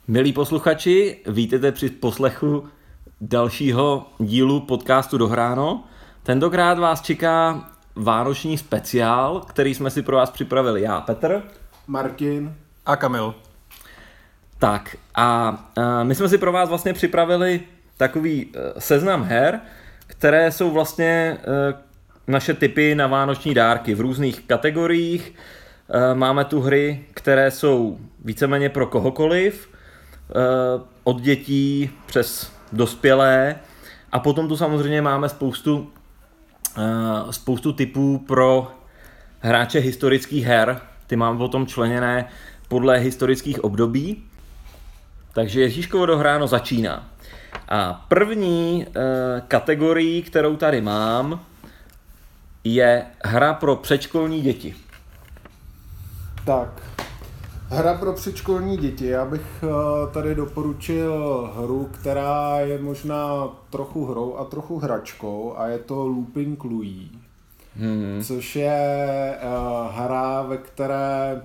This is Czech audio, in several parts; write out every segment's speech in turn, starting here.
Milí posluchači, vítejte při poslechu dalšího dílu podcastu Dohráno. Tentokrát vás čeká vánoční speciál, který jsme si pro vás připravili já, Petr, Martin a Kamil. Tak a my jsme si pro vás vlastně připravili takový seznam her, které jsou vlastně naše tipy na vánoční dárky v různých kategoriích. Máme tu hry, které jsou víceméně pro kohokoliv, od dětí přes dospělé, a potom tu samozřejmě máme spoustu tipů pro hráče historických her. Ty máme potom členěné podle historických období. Takže Ježíškovo Dohráno začíná. A první kategorii, kterou tady mám, je hra pro předškolní děti. Tak, hra pro předškolní děti. Já bych tady doporučil hru, která je možná trochu hrou a trochu hračkou, a je to Looping Louis. Což je hra, ve které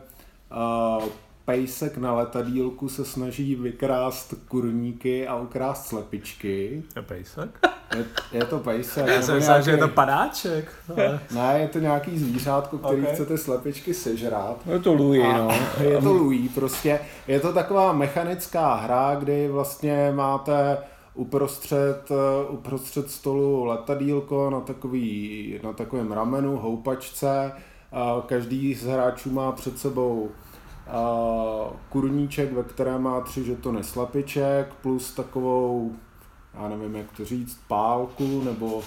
pejsek na letadýlku se snaží vykrást kurníky a ukrást slepičky. Je pejsek? Je to pejsek. Já jsem myslel, že je to padáček. Ale... Ne, je to nějaký zvířátko, který chce ty slepičky sežrát. Je to Louis, no. Je to Louis, prostě. Je to taková mechanická hra, kdy vlastně máte uprostřed stolu letadýlko na takovém ramenu, houpačce. Každý z hráčů má před sebou kurníček, ve kterém má 3 žetony slepiček, plus takovou, já nevím jak to říct, pálku, nebo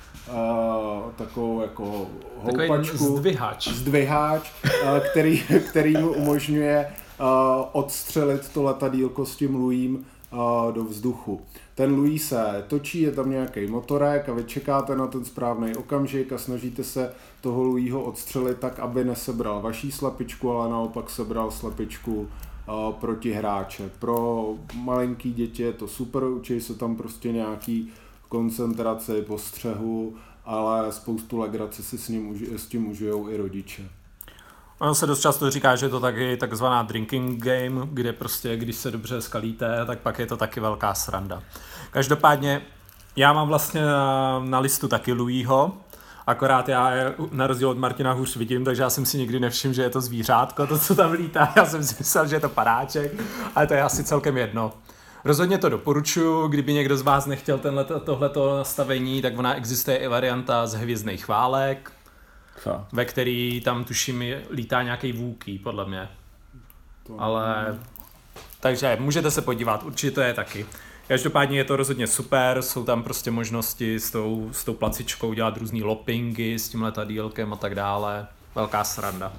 takovou jako houpačku. Zdviháč, který mu umožňuje odstřelit to letadýlko s tím Louisem do vzduchu. Ten Louis se točí, je tam nějaký motorek a vy čekáte na ten správný okamžik a snažíte se toho Louisho odstřelit tak, aby nesebral vaší slepičku, ale naopak sebral slepičku protihráče. Pro malinký děti je to super, učí se tam prostě nějaký koncentraci, postřehu, ale spoustu legrace si s tím užijou i rodiče. Ono se dost často říká, že je to taky takzvaná drinking game, kde prostě, když se dobře skalíte, tak pak je to taky velká sranda. Každopádně, já mám vlastně na listu taky Louisho, akorát já na rozdíl od Martina hůř vidím, takže já jsem si nikdy nevšiml, že je to zvířátko, to, co tam lítá. Já jsem si myslel, že je to padáček, ale to je asi celkem jedno. Rozhodně to doporučuji, kdyby někdo z vás nechtěl tohleto nastavení, tak ona existuje i varianta z Hvězdných válek, ve který tam tuším lítá nějaký vůký, podle mě. Ale... Takže můžete se podívat, určitě to je taky. Každopádně je to rozhodně super, jsou tam prostě možnosti s tou placičkou dělat různý loppingy s tím letadýlkem a tak dále. Velká sranda.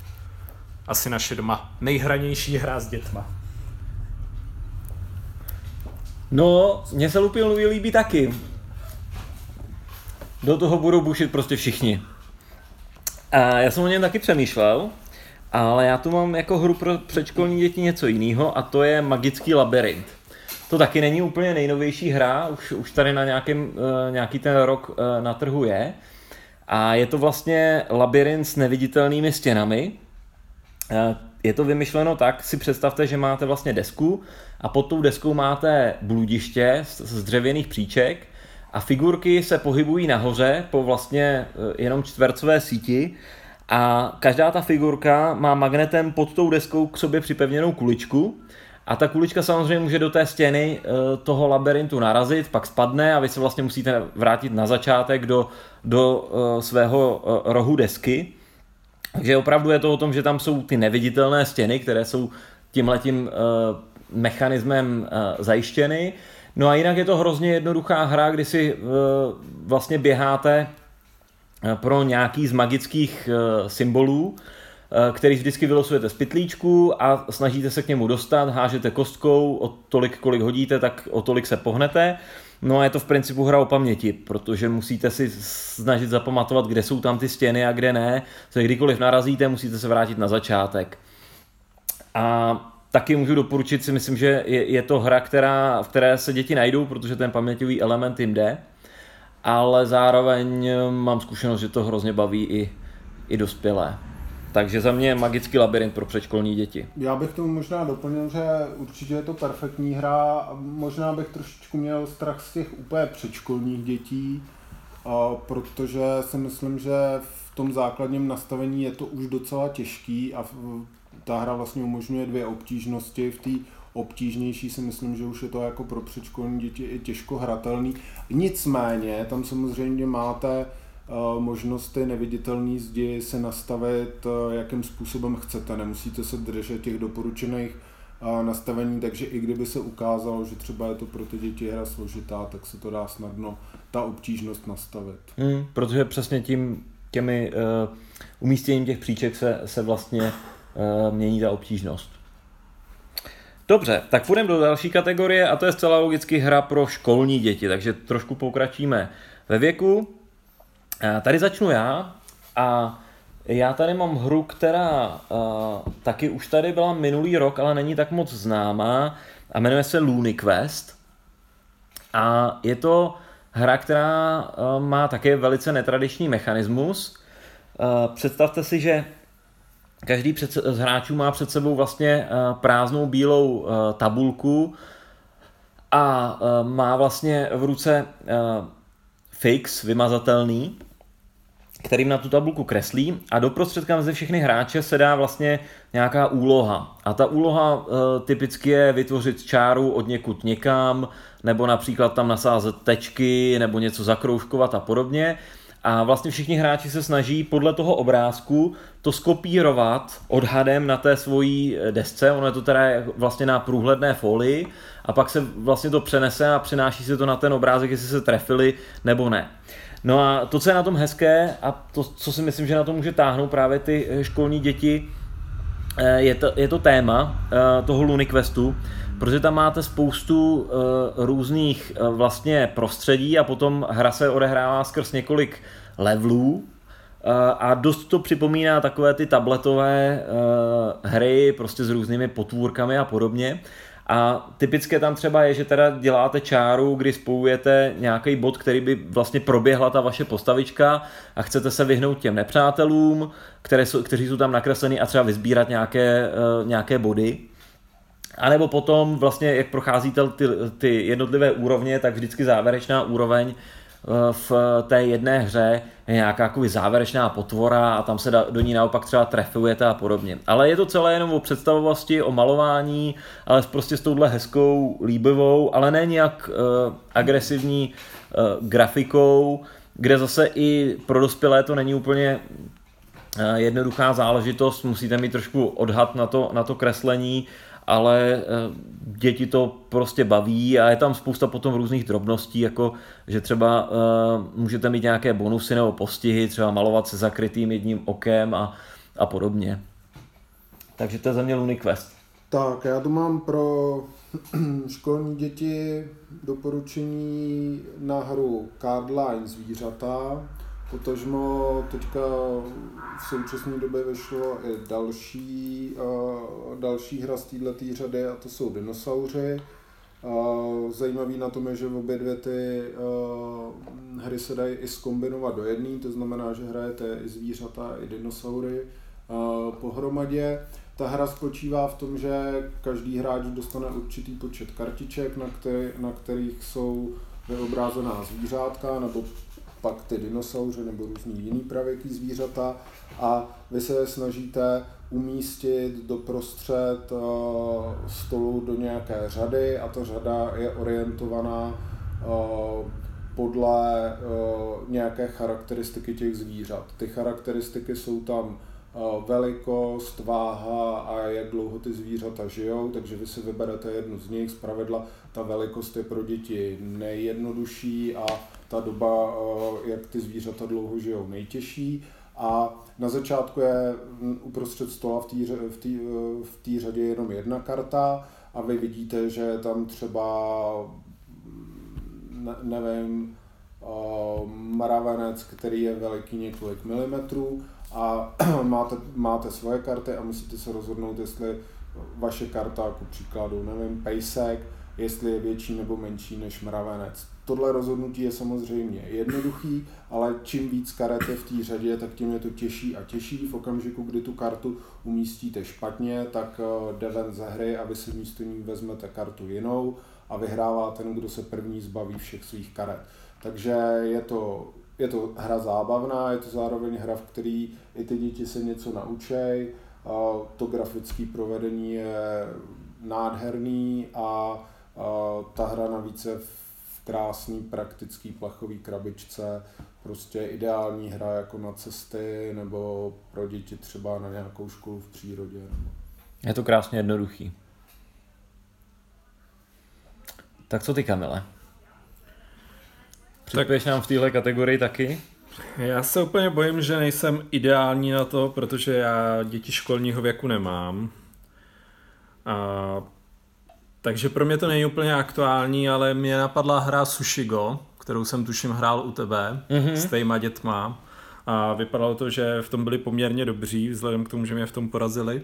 Asi naše doma nejhranější hra s dětma. No, mně se Looping Louis líbí taky. Do toho budou bušit prostě všichni. A já jsem o něm taky přemýšlel, ale já tu mám jako hru pro předškolní děti něco jiného, a to je Magický labyrint. To taky není úplně nejnovější hra, už tady na nějaký ten rok na trhu je. A je to vlastně labyrint s neviditelnými stěnami. Je to vymyšleno tak, si představte, že máte vlastně desku a pod tou deskou máte bludiště z dřevěných příček a figurky se pohybují nahoře po vlastně jenom čtvercové síti a každá ta figurka má magnetem pod tou deskou k sobě připevněnou kuličku a ta kulička samozřejmě může do té stěny toho labyrintu narazit, pak spadne a vy se vlastně musíte vrátit na začátek do svého rohu desky. Takže opravdu je to o tom, že tam jsou ty neviditelné stěny, které jsou tímhletím mechanismem zajištěny. No a jinak je to hrozně jednoduchá hra, kdy si vlastně běháte pro nějaký z magických symbolů, který vždycky vylosujete z pytlíčku a snažíte se k němu dostat, hážete kostkou, o tolik, kolik hodíte, tak o tolik se pohnete. No a je to v principu hra o paměti, protože musíte si snažit zapamatovat, kde jsou tam ty stěny a kde ne. So, kdykoliv narazíte, musíte se vrátit na začátek. A taky můžu doporučit, si myslím, že je to hra, v které se děti najdou, protože ten paměťový element jim jde. Ale zároveň mám zkušenost, že to hrozně baví i dospělé. Takže za mě magický labirint pro předškolní děti. Já bych to možná doplnil, že určitě je to perfektní hra. Možná bych trošičku měl strach z těch úplně předškolních dětí, protože si myslím, že v tom základním nastavení je to už docela těžký a ta hra vlastně umožňuje 2 obtížnosti. V té obtížnější si myslím, že už je to jako pro předškolní děti i těžko hratelný. Nicméně tam samozřejmě máte možnost ty neviditelné zdi si nastavit, jakým způsobem chcete. Nemusíte se držet těch doporučených nastavení, takže i kdyby se ukázalo, že třeba je to pro ty děti hra složitá, tak se to dá snadno ta obtížnost nastavit. Protože přesně těmi umístěním těch příček se vlastně mění ta obtížnost. Dobře, tak půjdeme do další kategorie a to je zcela logicky hra pro školní děti, takže trošku pokračíme ve věku. Tady začnu já a já tady mám hru, která taky už tady byla minulý rok, ale není tak moc známá a jmenuje se Looney Quest. A je to hra, která má také velice netradiční mechanismus. Představte si, že každý z hráčů má před sebou vlastně prázdnou bílou tabulku a má vlastně v ruce fix vymazatelný, kterým na tu tabulku kreslí a do prostředka mezi všechny hráče se dá vlastně nějaká úloha. A ta úloha typicky je vytvořit čáru od někud někam, nebo například tam nasázet tečky, nebo něco zakroužkovat a podobně. A vlastně všichni hráči se snaží podle toho obrázku to skopírovat odhadem na té svojí desce. Ono je to teda vlastně na průhledné folii a pak se vlastně to přenese a přenáší se to na ten obrázek, jestli se trefili nebo ne. No a to, co je na tom hezké a to, co si myslím, že na to může táhnout právě ty školní děti, je to téma toho Looney Questu, protože tam máte spoustu různých vlastně prostředí a potom hra se odehrává skrz několik levelů a dost to připomíná takové ty tabletové hry prostě s různými potvůrkami a podobně. A typické tam třeba je, že teda děláte čáru, kdy spojujete nějaký bod, který by vlastně proběhla ta vaše postavička a chcete se vyhnout těm nepřátelům, kteří jsou tam nakresleni a třeba vysbírat nějaké body. A nebo potom vlastně, jak procházíte ty jednotlivé úrovně, tak vždycky závěrečná úroveň v té jedné hře je nějaká jako závěrečná potvora a tam se do ní naopak třeba trefujete a podobně. Ale je to celé jenom o představovosti, o malování, ale prostě s touhle hezkou, líbivou, ale ne nějak agresivní grafikou, kde zase i pro dospělé to není úplně jednoduchá záležitost, musíte mít trošku odhad na to kreslení, ale děti to prostě baví a je tam spousta potom různých drobností, jako že třeba můžete mít nějaké bonusy nebo postihy, třeba malovat se zakrytým jedním okem a podobně. Takže to je za mě Looney Quest. Tak, já tu mám pro školní děti doporučení na hru Cardline Zvířata. Potažmo teďka v současné době vyšlo i další hra z této řady a to jsou dinosauři. Zajímavý na tom je, že obě dvě ty hry se dají i zkombinovat do jedné, to znamená, že hrajete i zvířata, i dinosaury pohromadě. Ta hra spočívá v tom, že každý hráč dostane určitý počet kartiček, na kterých jsou vyobrazená zvířátka nebo pak ty dinosauři nebo různý jiný pravěký zvířata a vy se snažíte umístit doprostřed stolu do nějaké řady a ta řada je orientovaná podle nějaké charakteristiky těch zvířat. Ty charakteristiky jsou tam velikost, váha a jak dlouho ty zvířata žijou, takže vy si vyberete jednu z nich. Zpravidla ta velikost je pro děti nejjednodušší a ta doba, jak ty zvířata dlouho žijou, nejtěžší. A na začátku je uprostřed stola v té řadě jenom jedna karta a vy vidíte, že je tam třeba, nevím, mravenec, který je veliký několik milimetrů a máte svoje karty a musíte se rozhodnout, jestli vaše karta, jako příkladu, nevím, pejsek, jestli je větší nebo menší než mravenec. Tohle rozhodnutí je samozřejmě jednoduchý, ale čím víc karet je v té řadě, tak tím je to těžší a těžší. V okamžiku, kdy tu kartu umístíte špatně, tak jde ven ze hry a vy si místo ní vezmete kartu jinou a vyhrává ten, kdo se první zbaví všech svých karet. Takže je to hra zábavná, je to zároveň hra, v který i ty děti se něco naučej. To grafické provedení je nádherný a ta hra navíc je v krásný praktický plachový krabičce, prostě ideální hra jako na cesty nebo pro děti třeba na nějakou školu v přírodě. Je to krásně jednoduchý. Tak co ty, Kamile? Přispěješ nám v téhle kategorii taky? Já se úplně bojím, že nejsem ideální na to, protože já děti školního věku nemám. Takže pro mě to není úplně aktuální, ale mě napadla hra Sushigo, kterou jsem tuším hrál u tebe s tejma dětma. A vypadalo to, že v tom byli poměrně dobří, vzhledem k tomu, že mě v tom porazili.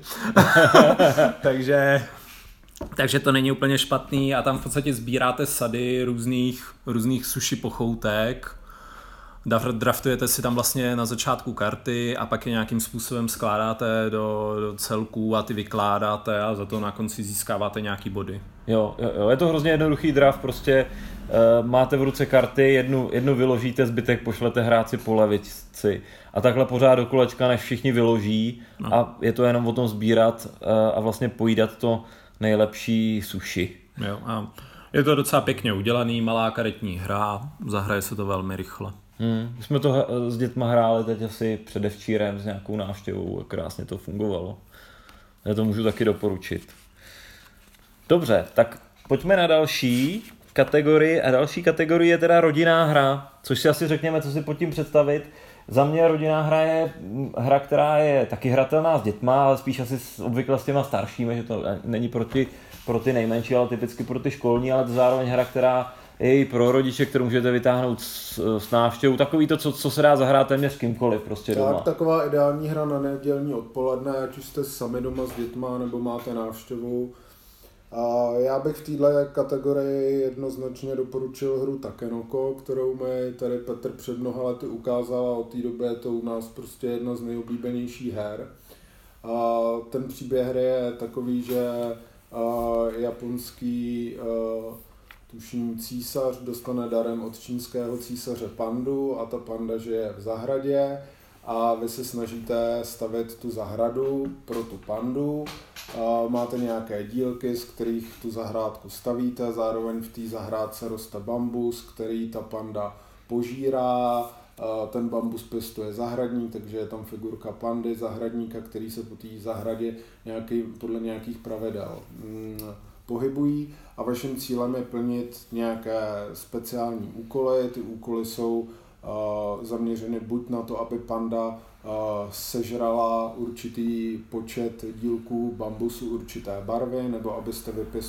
Takže to není úplně špatný a tam v podstatě sbíráte sady různých sushi pochoutek. Draftujete si tam vlastně na začátku karty a pak je nějakým způsobem skládáte do celků a ty vykládáte a za to na konci získáváte nějaký body. Jo, je to hrozně jednoduchý draft, prostě máte v ruce karty, jednu vyložíte, zbytek pošlete hráci po levici a takhle pořád do kolečka, než všichni vyloží a je to jenom o tom sbírat a vlastně pojídat to nejlepší sushi. Jo, a je to docela pěkně udělaný, malá karetní hra, zahraje se to velmi rychle. My jsme to s dětma hráli teď asi předevčírem s nějakou návštěvou a krásně to fungovalo. Já to můžu taky doporučit. Dobře, tak pojďme na další kategorii a další kategorie je teda rodinná hra, což si asi řekněme, co si pod tím představit. Za mě rodinná hra je hra, která je taky hratelná s dětma, ale spíš asi obvykle s těma staršími, že to není pro ty nejmenší, ale typicky pro ty školní, ale to zároveň hra, která je i pro rodiče, kterou můžete vytáhnout s návštěvou. Takový to, co se dá zahrát téměř s kýmkoliv prostě doma. Tak, taková ideální hra na nedělní odpoledne, ať už jste sami doma s dětma nebo máte návštěvu. A já bych v této kategorii jednoznačně doporučil hru Takenoko, kterou mi tady Petr před mnoha lety ukázal a od té doby je to u nás prostě jedna z nejoblíbenějších her. A ten příběh hry je takový, že japonský tuším císař dostane darem od čínského císaře pandu a ta panda žije v zahradě a vy se snažíte stavět tu zahradu pro tu pandu. Máte nějaké dílky, z kterých tu zahrádku stavíte, zároveň v té zahrádce roste bambus, který ta panda požírá. Ten bambus pěstuje zahradník, takže je tam figurka pandy, zahradníka, který se po té zahradě podle nějakých pravidel pohybují a vaším cílem je plnit nějaké speciální úkoly. Ty úkoly jsou zaměřeny buď na to, aby panda sežrala určitý počet dílků bambusu určité barvy, nebo abyste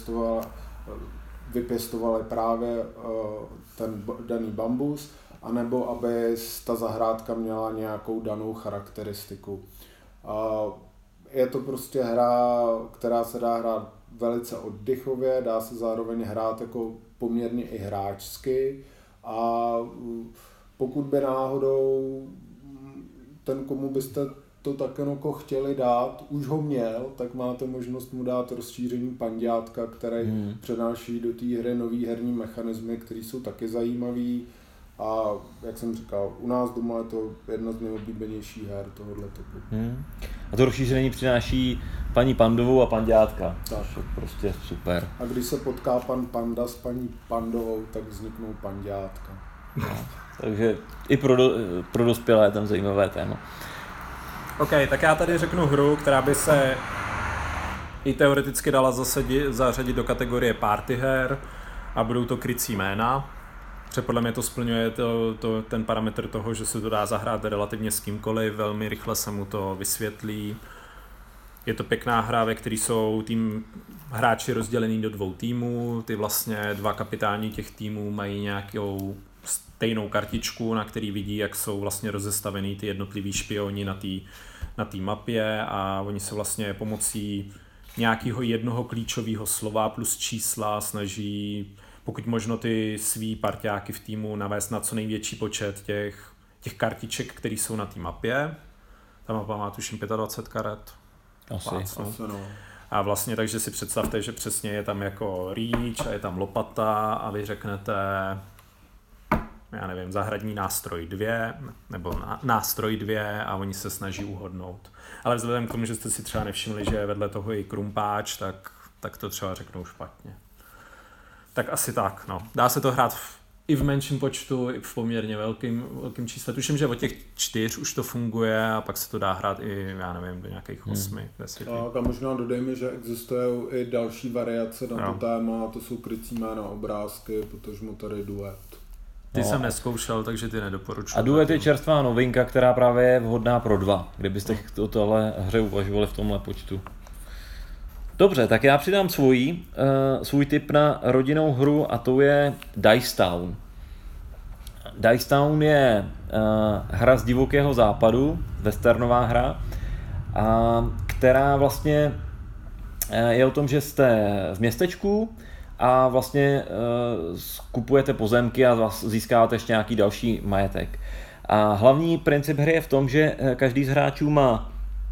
vypěstovali právě ten daný bambus, anebo aby ta zahrádka měla nějakou danou charakteristiku. Je to prostě hra, která se dá hrát velice oddychově, dá se zároveň hrát jako poměrně i hráčsky a pokud by náhodou ten, komu byste to Takenoko chtěli dát, už ho měl, tak máte možnost mu dát rozšíření panďátka, který přenáší do té hry nový herní mechanismy, které jsou taky zajímavý. A jak jsem říkal, u nás doma je to jedna z nejoblíbenějších her tohohle typu. A to rozšíření přináší paní Pandovou a panďátka. Tak. Prostě super. A když se potká pan Panda s paní Pandovou, tak vzniknou panďátka. No, takže i pro dospělé je tam zajímavé téma. OK, tak já tady řeknu hru, která by se i teoreticky dala zařadit do kategorie party her a budou to krycí jména. Protože podle mě to splňuje ten parametr toho, že se to dá zahrát relativně s kýmkoliv, velmi rychle se mu to vysvětlí. Je to pěkná hra, ve které jsou hráči rozdělený do 2 týmů, ty vlastně 2 kapitáni těch týmů mají nějakou stejnou kartičku, na který vidí, jak jsou vlastně rozestavený ty jednotlivý špioni na té mapě a oni se vlastně pomocí nějakého jednoho klíčového slova plus čísla snaží pokud možno ty svý parťáky v týmu navést na co největší počet těch kartiček, které jsou na té mapě. Ta mapa má tuším 25 karet. Asi no. A vlastně takže si představte, že přesně je tam jako reach a je tam lopata a vy řeknete, já nevím, zahradní nástroj 2 nebo nástroj 2 a oni se snaží uhodnout. Ale vzhledem k tomu, že jste si třeba nevšimli, že je vedle toho i krumpáč, tak to třeba řeknou špatně. Tak asi tak, no. Dá se to hrát i v menším počtu, i v poměrně velkým čísle. Tuším, že od těch 4 už to funguje a pak se to dá hrát i, já nevím, do nějakých 8, 10. Tak a možná dodejme, že existují i další variace na to téma, to jsou krycí jména, obrázky, protože mu tady duet. Ty jsem neskoušel, takže ty nedoporučuji. A duet je čerstvá novinka, která právě je vhodná pro 2, kdybyste o tohle hře uvažovali v tomhle počtu. Dobře, tak já přidám svůj tip na rodinnou hru a to je Dice Town. Dice Town je hra z divokého západu, westernová hra, která vlastně je o tom, že jste v městečku a vlastně kupujete pozemky a získáváte ještě nějaký další majetek. A hlavní princip hry je v tom, že každý z hráčů má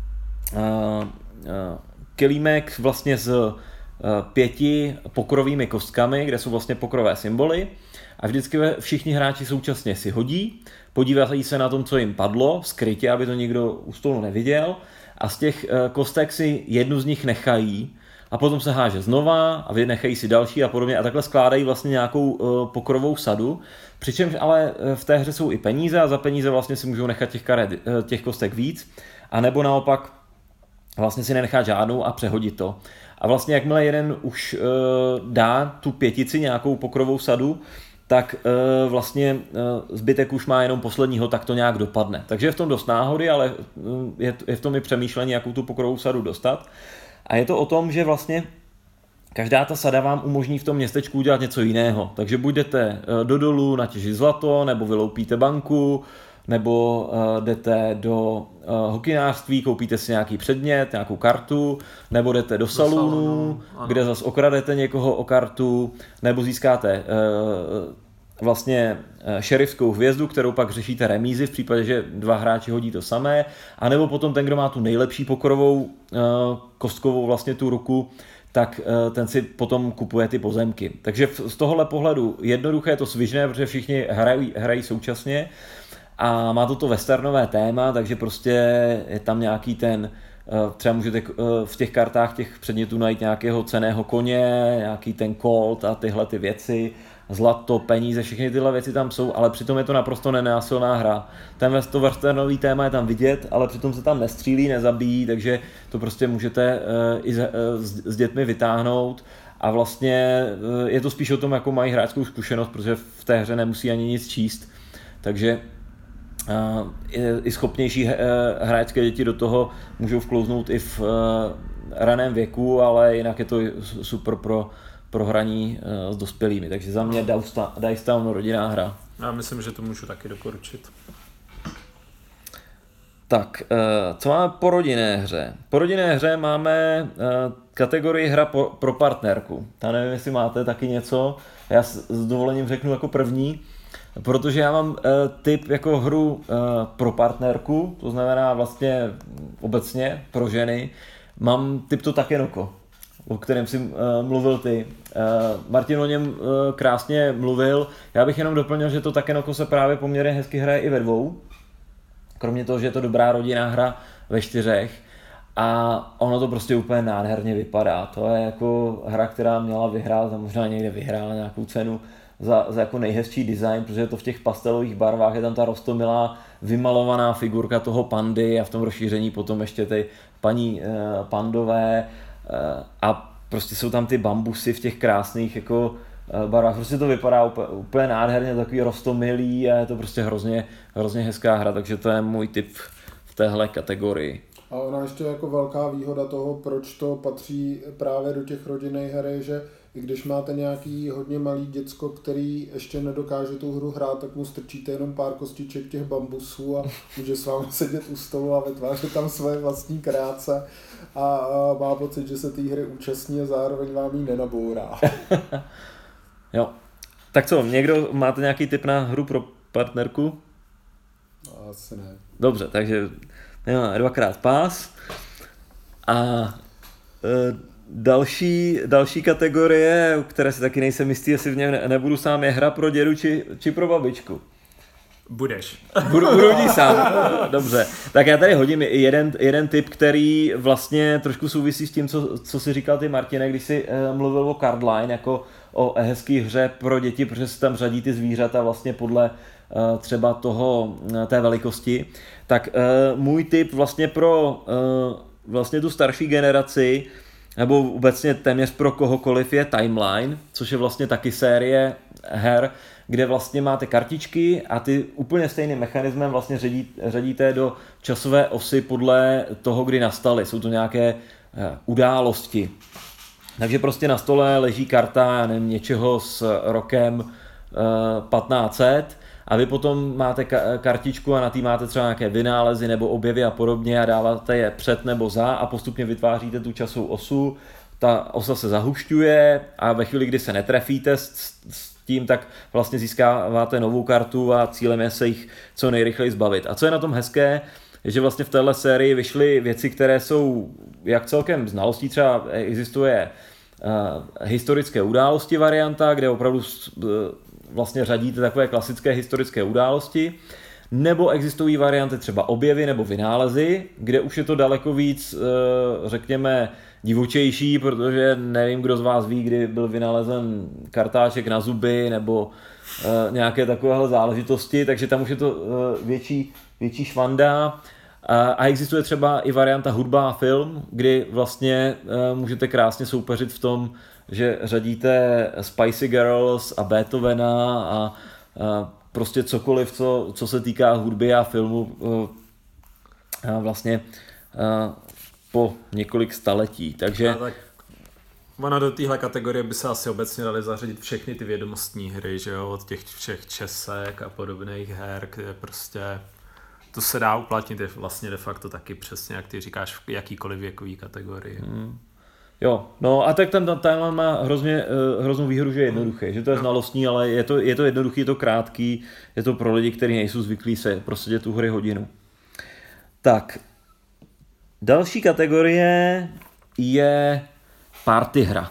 kelímek vlastně s 5 pokrovými kostkami, kde jsou vlastně pokrové symboly a vždycky všichni hráči současně si hodí, podívají se na tom, co jim padlo, skrytě, aby to nikdo u stolu neviděl a z těch kostek si jednu z nich nechají a potom se háže znova a nechají si další a podobně a takhle skládají vlastně nějakou pokrovou sadu, přičemž ale v té hře jsou i peníze a za peníze vlastně si můžou nechat těch kostek víc a nebo naopak vlastně si nenechá žádnou a přehodit to. A vlastně jakmile jeden už dá tu 5 nějakou pokrovou sadu, tak vlastně zbytek už má jenom posledního, tak to nějak dopadne. Takže je v tom dost náhody, ale je v tom i přemýšlení, jakou tu pokrovou sadu dostat. A je to o tom, že vlastně každá ta sada vám umožní v tom městečku udělat něco jiného. Takže buď jdete do dolu natěžit zlato, nebo vyloupíte banku, nebo jdete do hokynářství, koupíte si nějaký předmět, nějakou kartu, nebo jdete do salonu, kde zase okradete někoho o kartu, nebo získáte vlastně šerifskou hvězdu, kterou pak řešíte remízy v případě, že 2 hráči hodí to samé, anebo potom ten, kdo má tu nejlepší pokrovou kostkovou vlastně tu ruku, tak ten si potom kupuje ty pozemky. Takže z tohohle pohledu jednoduché je to svižné, protože všichni hrají současně a má to westernové téma, takže prostě je tam nějaký ten, třeba můžete v těch kartách těch předmětů najít nějakého cenného koně, nějaký ten colt a tyhle ty věci, zlato, peníze, všechny tyhle věci tam jsou, ale přitom je to naprosto nenásilná hra. To westernový téma je tam vidět, ale přitom se tam nestřílí, nezabíjí, takže to prostě můžete i s dětmi vytáhnout a vlastně je to spíš o tom, jako mají hráčskou zkušenost, protože v té hře nemusí ani nic číst, takže i schopnější hráčské děti do toho můžou vklouznout i v raném věku, ale jinak je to super pro hraní s dospělými. Takže za mě Dice Town rodinná hra. Já myslím, že to můžu taky doporučit. Tak, co máme po rodinné hře? Po rodinné hře máme kategorii hra pro partnerku. Já nevím, jestli máte taky něco. Já s dovolením řeknu jako první, protože já mám tip jako hru pro partnerku, to znamená vlastně obecně pro ženy. Mám tip to Takenoko, o kterém si mluvil ty. Martin o něm krásně mluvil. Já bych jenom doplnil, že to Takenoko se právě poměrně hezky hraje i ve 2. Kromě toho, že je to dobrá rodinná hra ve 4. A ono to prostě úplně nádherně vypadá. To je jako hra, která měla vyhrát a možná někde vyhrála nějakou cenu za jako nejhezčí design, protože je to v těch pastelových barvách, je tam ta roztomilá vymalovaná figurka toho pandy a v tom rozšíření potom ještě ty paní pandové a prostě jsou tam ty bambusy v těch krásných jako barvách. Prostě to vypadá úplně nádherně, takový roztomilý a je to prostě hrozně hezká hra, takže to je můj tip v téhle kategorii. A ona ještě jako velká výhoda toho, proč to patří právě do těch rodinných her, že i když máte nějaký hodně malý děcko, který ještě nedokáže tu hru hrát, tak mu strčíte jenom pár kostiček těch bambusů a může s vámi sedět u stolu a vytvářet tam své vlastní kreace a má pocit, že se té hry účastní a zároveň vám ji nenabourá. Jo. Tak co, někdo máte nějaký tip na hru pro partnerku? Asi ne. Dobře, takže dvakrát pás. A další kategorie, o které si taky nejsem jistý, jestli v něm nebudu sám, je hra pro dědu či pro babičku. Budeš. Budu ní sám. Dobře. Tak já tady hodím jeden tip, který vlastně trošku souvisí s tím, co jsi říkal ty, Martine, když jsi mluvil o Cardline jako o hezký hře pro děti, protože se tam řadí ty zvířata vlastně podle třeba té velikosti. Tak můj tip vlastně pro vlastně tu starší generaci, nebo obecně téměř pro kohokoliv, je Timeline, což je vlastně taky série her, kde vlastně máte kartičky a ty úplně stejným mechanismem vlastně řadíte do časové osy podle toho, kdy nastaly. Jsou to nějaké události. Takže prostě na stole leží karta, já nevím, něčeho s rokem 1500 a vy potom máte kartičku a na tý máte třeba nějaké vynálezy nebo objevy a podobně a dáváte je před nebo za a postupně vytváříte tu časovou osu. Ta osa se zahušťuje a ve chvíli, kdy se netrefíte s tím, tak vlastně získáváte novou kartu a cílem je se jich co nejrychleji zbavit. A co je na tom hezké, je, že vlastně v téhle sérii vyšly věci, které jsou jak celkem znalostí, třeba existuje historické události varianta, kde opravdu vlastně řadíte takové klasické historické události, nebo existují varianty třeba objevy nebo vynálezy, kde už je to daleko víc, řekněme, divočejší, protože nevím, kdo z vás ví, kdy byl vynalezen kartáček na zuby nebo nějaké takovéhle záležitosti, takže tam už je to větší švanda. A existuje třeba i varianta hudba a film, kdy vlastně můžete krásně soupeřit v tom, že řadíte Spicy Girls a Beethovena a prostě cokoliv, co se týká hudby a filmu vlastně po několik staletí. Takže ona do téhle kategorie by se asi obecně daly zařadit všechny ty vědomostní hry, že jo, od těch všech česek a podobných her, kde prostě to se dá uplatnit je vlastně de facto taky přesně, jak ty říkáš, v jakýkoliv věkový kategorii. Jo, no a tak ten timeline má hroznou výhodu, že je jednoduchý, že to je znalostní, ale je to jednoduchý, je to krátký, je to pro lidi, kteří nejsou zvyklí se prostě tu hry hodinu. Tak, další kategorie je party hra.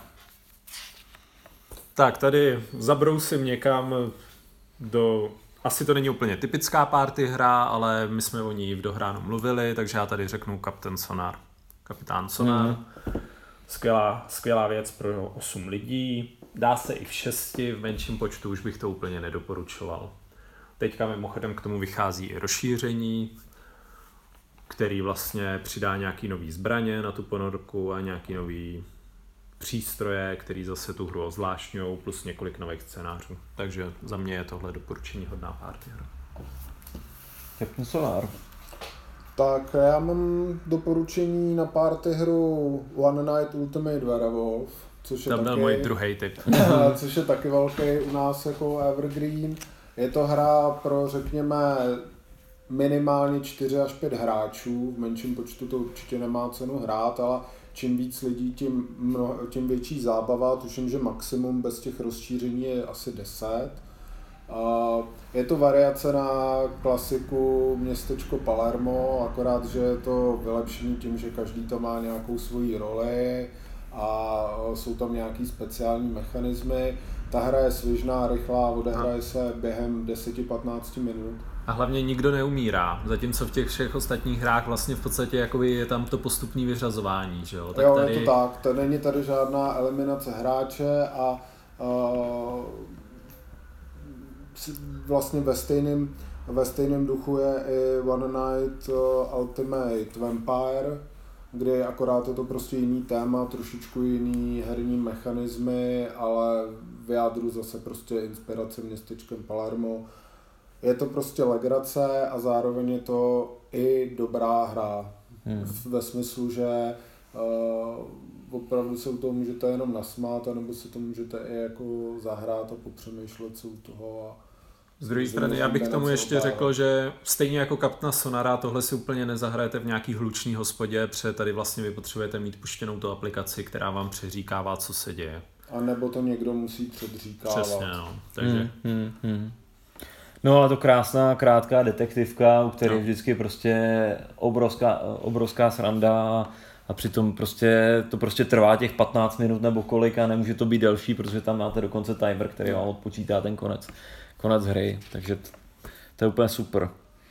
Tak, tady zabrousím někam do... Asi to není úplně typická party hra, ale my jsme o ní v Dohránu mluvili, takže já tady řeknu Kapitán Sonar. Skvělá věc pro 8 lidí. Dá se i v 6, v menším počtu už bych to úplně nedoporučoval. Teďka mimochodem k tomu vychází i rozšíření, který vlastně přidá nějaký nový zbraně na tu ponorku a nějaký nový přístroje, který zase tu hru ozvláštňují, plus několik nových scénářů. Takže za mě je tohle doporučení hodná party hra. Captain Sonar. Tak já mám doporučení na party hru One Night Ultimate Werewolf, což je taky můj druhý tip. Což je taky velký u nás jako evergreen. Je to hra pro, řekněme, minimálně 4 až 5 hráčů. V menším počtu to určitě nemá cenu hrát, ale čím víc lidí, tím větší zábava. Tuším, že maximum bez těch rozšíření je asi 10. Je to variace na klasiku městečko Palermo, akorát, že je to vylepšení tím, že každý to má nějakou svoji roli a jsou tam nějaký speciální mechanismy. Ta hra je svižná, rychlá, odehraje se během 10-15 minut. A hlavně nikdo neumírá, zatímco v těch všech ostatních hrách vlastně v podstatě jakoby je tam to postupné vyřazování, že jo? Tak jo, tady... je to tak, není tady žádná eliminace hráče a vlastně ve stejném duchu je i One Night Ultimate Vampire, kdy akorát je to prostě jiný téma, trošičku jiný herní mechanismy, ale v jádru zase prostě inspirace městečkem Palermo. Je to prostě legrace a zároveň je to i dobrá hra. Ve smyslu, že opravdu se u toho můžete jenom nasmát, nebo si to můžete i jako zahrát a popřemýšlet se u toho. Z druhé strany, já bych k tomu ještě řekl, že stejně jako Captaina Sonara, tohle si úplně nezahrajete v nějaký hlučný hospodě, protože tady vlastně vy potřebujete mít puštěnou tu aplikaci, která vám přeříkává, co se děje. A nebo to někdo musí předříkávat. Přesně, no. Takže... No ale to krásná, krátká detektivka, u které vždycky prostě obrovská sranda a přitom to prostě trvá těch 15 minut nebo kolik a nemůže to být delší, protože tam máte dokonce timer, který vám odpočítá ten konec hry, takže to je úplně super.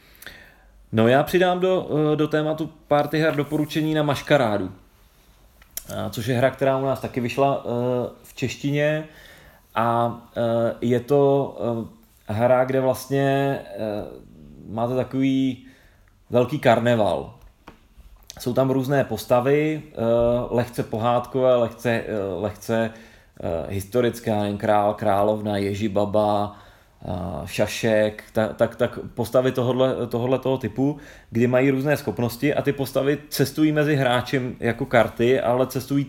No já přidám do tématu party her doporučení na Maškarádu, což je hra, která u nás taky vyšla v češtině a je to hra, kde vlastně máte takový velký karneval. Jsou tam různé postavy, lehce pohádkové, lehce historické, král, královna, Ježibaba, Šašek, tak postavy tohoto typu, kdy mají různé schopnosti a ty postavy cestují mezi hráčem jako karty, ale cestují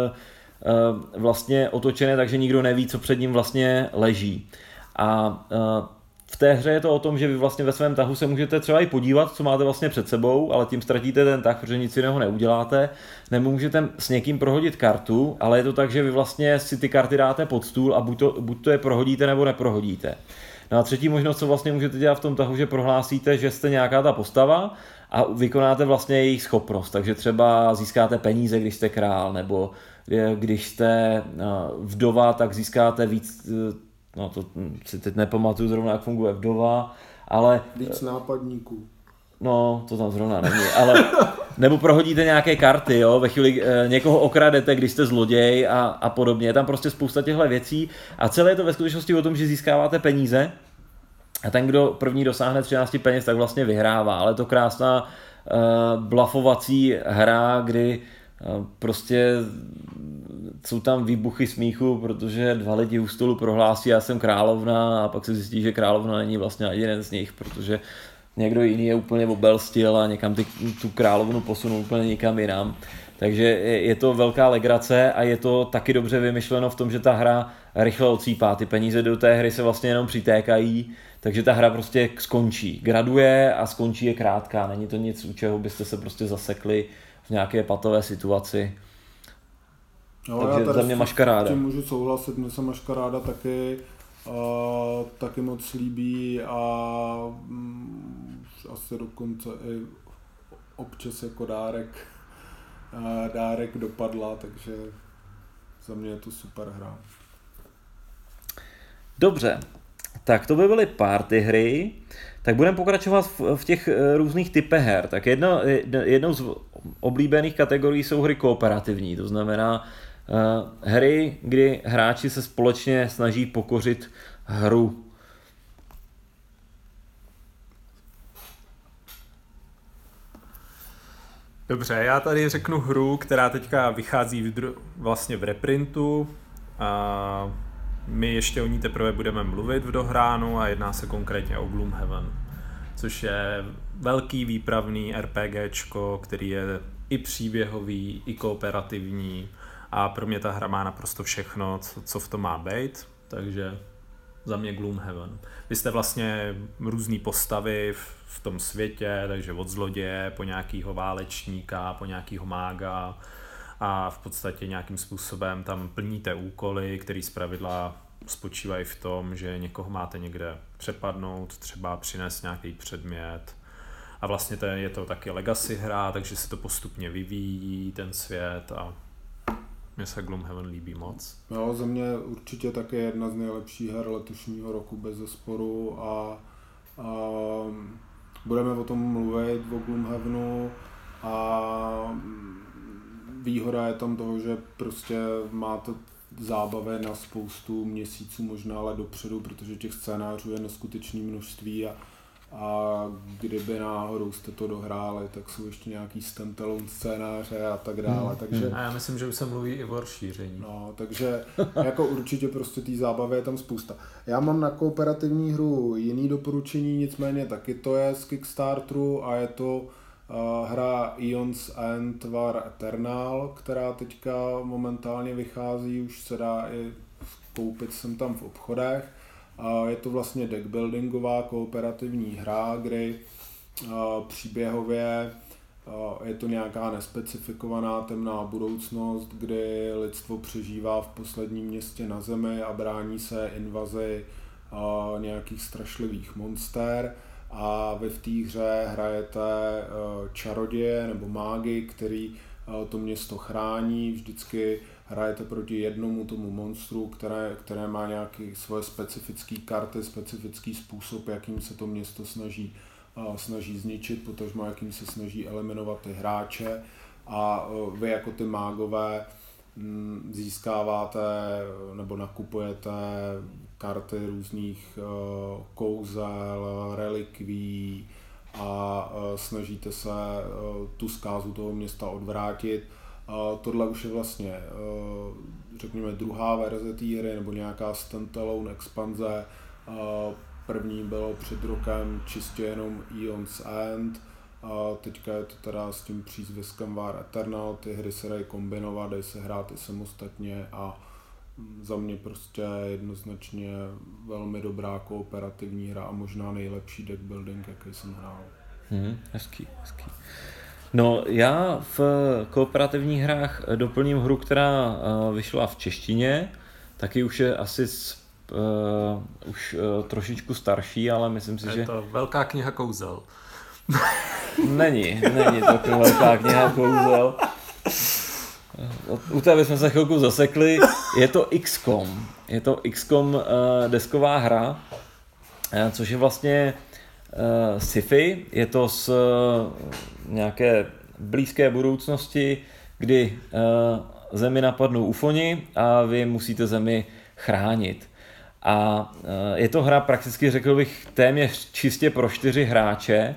vlastně otočené, takže nikdo neví, co před ním vlastně leží. A v té hře je to o tom, že vy vlastně ve svém tahu se můžete třeba i podívat, co máte vlastně před sebou, ale tím ztratíte ten tah, protože nic jiného neuděláte. Nebo můžete s někým prohodit kartu, ale je to tak, že vy vlastně si ty karty dáte pod stůl a buď to je prohodíte, nebo neprohodíte. No a třetí možnost, co vlastně můžete dělat v tom tahu, že prohlásíte, že jste nějaká ta postava a vykonáte vlastně jejich schopnost. Takže třeba získáte peníze, když jste král, nebo když jste vdova, tak získáte víc... No to si teď nepamatuju zrovna, jak funguje vdova, ale... Víc nápadníků. No, to tam zrovna není, ale... Nebo prohodíte nějaké karty, jo, ve chvíli někoho okradete, když jste zloděj a podobně. Je tam prostě spousta těchto věcí a celé je to ve skutečnosti o tom, že získáváte peníze a ten, kdo první dosáhne 13 peněz, tak vlastně vyhrává. Ale je to krásná blufovací hra, kdy prostě jsou tam výbuchy smíchu, protože 2 lidi u stolu prohlásí, já jsem královna a pak se zjistí, že královna není vlastně ani jeden z nich, protože někdo jiný je úplně obelstil a někam tu královnu posunul úplně někam jinam. Takže je to velká legrace a je to taky dobře vymyšleno v tom, že ta hra rychle odsýpá. Ty peníze do té hry se vlastně jenom přitékají, takže ta hra prostě skončí. Graduje a skončí je krátká. Není to nic, u čeho byste se prostě zasekli v nějaké patové situaci. No, takže za mě Maškaráda. S tím můžu souhlasit, mně se Maškaráda taky moc líbí a asi dokonce i občas jako dárek dopadla, takže za mě je to super hra. Dobře, tak to by byly party hry, tak budeme pokračovat v těch různých typech her. Tak jednou z oblíbených kategorií jsou hry kooperativní, to znamená hry, kdy hráči se společně snaží pokořit hru. Dobře, já tady řeknu hru, která teďka vychází vlastně v reprintu. My ještě o ní teprve budeme mluvit v dohránu a jedná se konkrétně o Gloomhaven, což je velký výpravný RPGčko, který je i příběhový, i kooperativní a pro mě ta hra má naprosto všechno, co v tom má být, takže za mě Gloomhaven. Vy jste vlastně různý postavy v tom světě, takže od zloděje po nějakýho válečníka, po nějakýho mága a v podstatě nějakým způsobem tam plníte úkoly, které zpravidla spočívají v tom, že někoho máte někde přepadnout, třeba přinést nějaký předmět a vlastně je to taky legacy hra, takže se to postupně vyvíjí, ten svět a mně se Gloomhaven líbí moc. Jo, za mě určitě také jedna z nejlepších her letošního roku bez zesporu a budeme o tom mluvit, o Gloomhavenu a výhoda je tam toho, že prostě máte zábavy na spoustu měsíců, možná ale dopředu, protože těch scénářů je neskutečné množství a kdyby náhodou jste to dohráli, tak jsou ještě nějaký standalone scénáře a tak dále. Takže, a já myslím, že už se mluví i o rozšíření. No, takže jako určitě prostě té zábavy je tam spousta. Já mám na kooperativní hru jiný doporučení, nicméně taky to je z Kickstarteru a je to hra Eon's End War Eternal, která teďka momentálně vychází, už se dá i koupit sem tam v obchodech. Je to vlastně deckbuildingová kooperativní hra, kdy příběhově je to nějaká nespecifikovaná temná budoucnost, kdy lidstvo přežívá v posledním městě na Zemi a brání se invazi nějakých strašlivých monster. A vy v té hře hrajete čaroděje nebo mágy, který to město chrání. Vždycky hrajete proti jednomu tomu monstru, které má nějaké svoje specifické karty, specifický způsob, jakým se to město snaží zničit, potažmo jakým se snaží eliminovat ty hráče. A vy jako ty mágové získáváte nebo nakupujete karty různých kouzel, relikví a snažíte se tu zkázu toho města odvrátit. Tohle už je vlastně, řekněme, druhá verze té hry nebo nějaká standalone expanze. První bylo před rokem čistě jenom Eon's End. Teďka je to teda s tím přízviskem War Eternal, ty hry se dají kombinovat, dají se hrát i samostatně a za mě prostě jednoznačně velmi dobrá kooperativní hra a možná nejlepší deckbuilding, jaký jsem hrál. Hezký. No já v kooperativních hrách doplním hru, která vyšla v češtině, taky už je asi trošičku starší, ale myslím si, že... Je to Velká kniha kouzel. Není to Velká kniha kouzel. U té bychom se chvilku zasekli. Je to XCOM. Je to XCOM desková hra, což je vlastně sci-fi. Je to z nějaké blízké budoucnosti, kdy Zemi napadnou ufoni a vy musíte Zemi chránit. A je to hra prakticky, řekl bych, téměř čistě pro 4 hráče,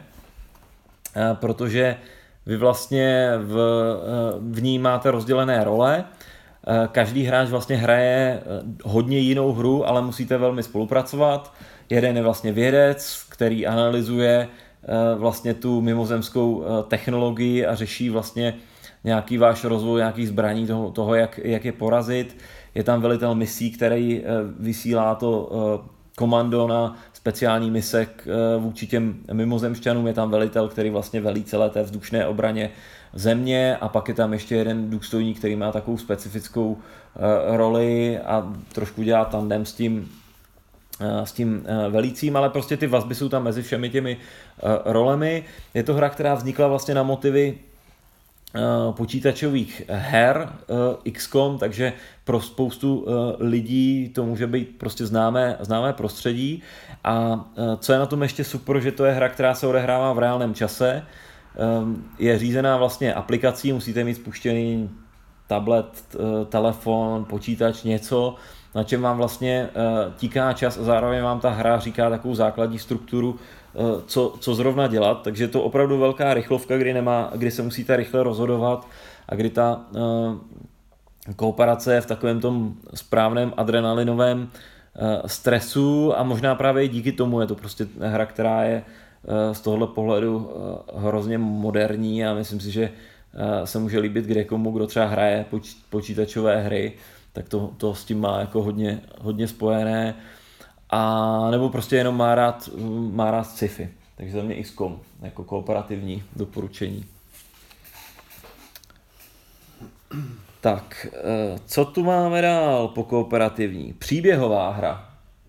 protože vy vlastně v ní máte rozdělené role. Každý hráč vlastně hraje hodně jinou hru, ale musíte velmi spolupracovat. Jeden je vlastně vědec, který analyzuje vlastně tu mimozemskou technologii a řeší vlastně nějaký váš rozvoj, nějaký zbraní toho jak je porazit. Je tam velitel misí, který vysílá to komando na speciální mise vůči těm mimozemšťanům. Je tam velitel, který vlastně velí celé té vzdušné obraně země a pak je tam ještě jeden důstojník, který má takovou specifickou roli a trošku dělá tandem s tím velícím, ale prostě ty vazby jsou tam mezi všemi těmi rolemi. Je to hra, která vznikla vlastně na motivy počítačových her XCOM, takže pro spoustu lidí to může být prostě známé prostředí. A co je na tom ještě super, že to je hra, která se odehrává v reálném čase, je řízená vlastně aplikací, musíte mít spuštěný tablet, telefon, počítač, něco, na čem vám vlastně tíká čas a zároveň vám ta hra říká takovou základní strukturu, co zrovna dělat, takže je to opravdu velká rychlovka, kdy se musíte rychle rozhodovat a kdy ta kooperace je v takovém tom správném adrenalinovém stresu a možná právě i díky tomu je to prostě hra, která je z tohohle pohledu hrozně moderní a myslím si, že se může líbit kdekomu, kdo třeba hraje počítačové hry, tak to s tím má jako hodně spojené. A nebo prostě jenom má rád sci-fi. Takže za mě XCOM jako kooperativní doporučení. Tak, co tu máme dál po kooperativní? Příběhová hra.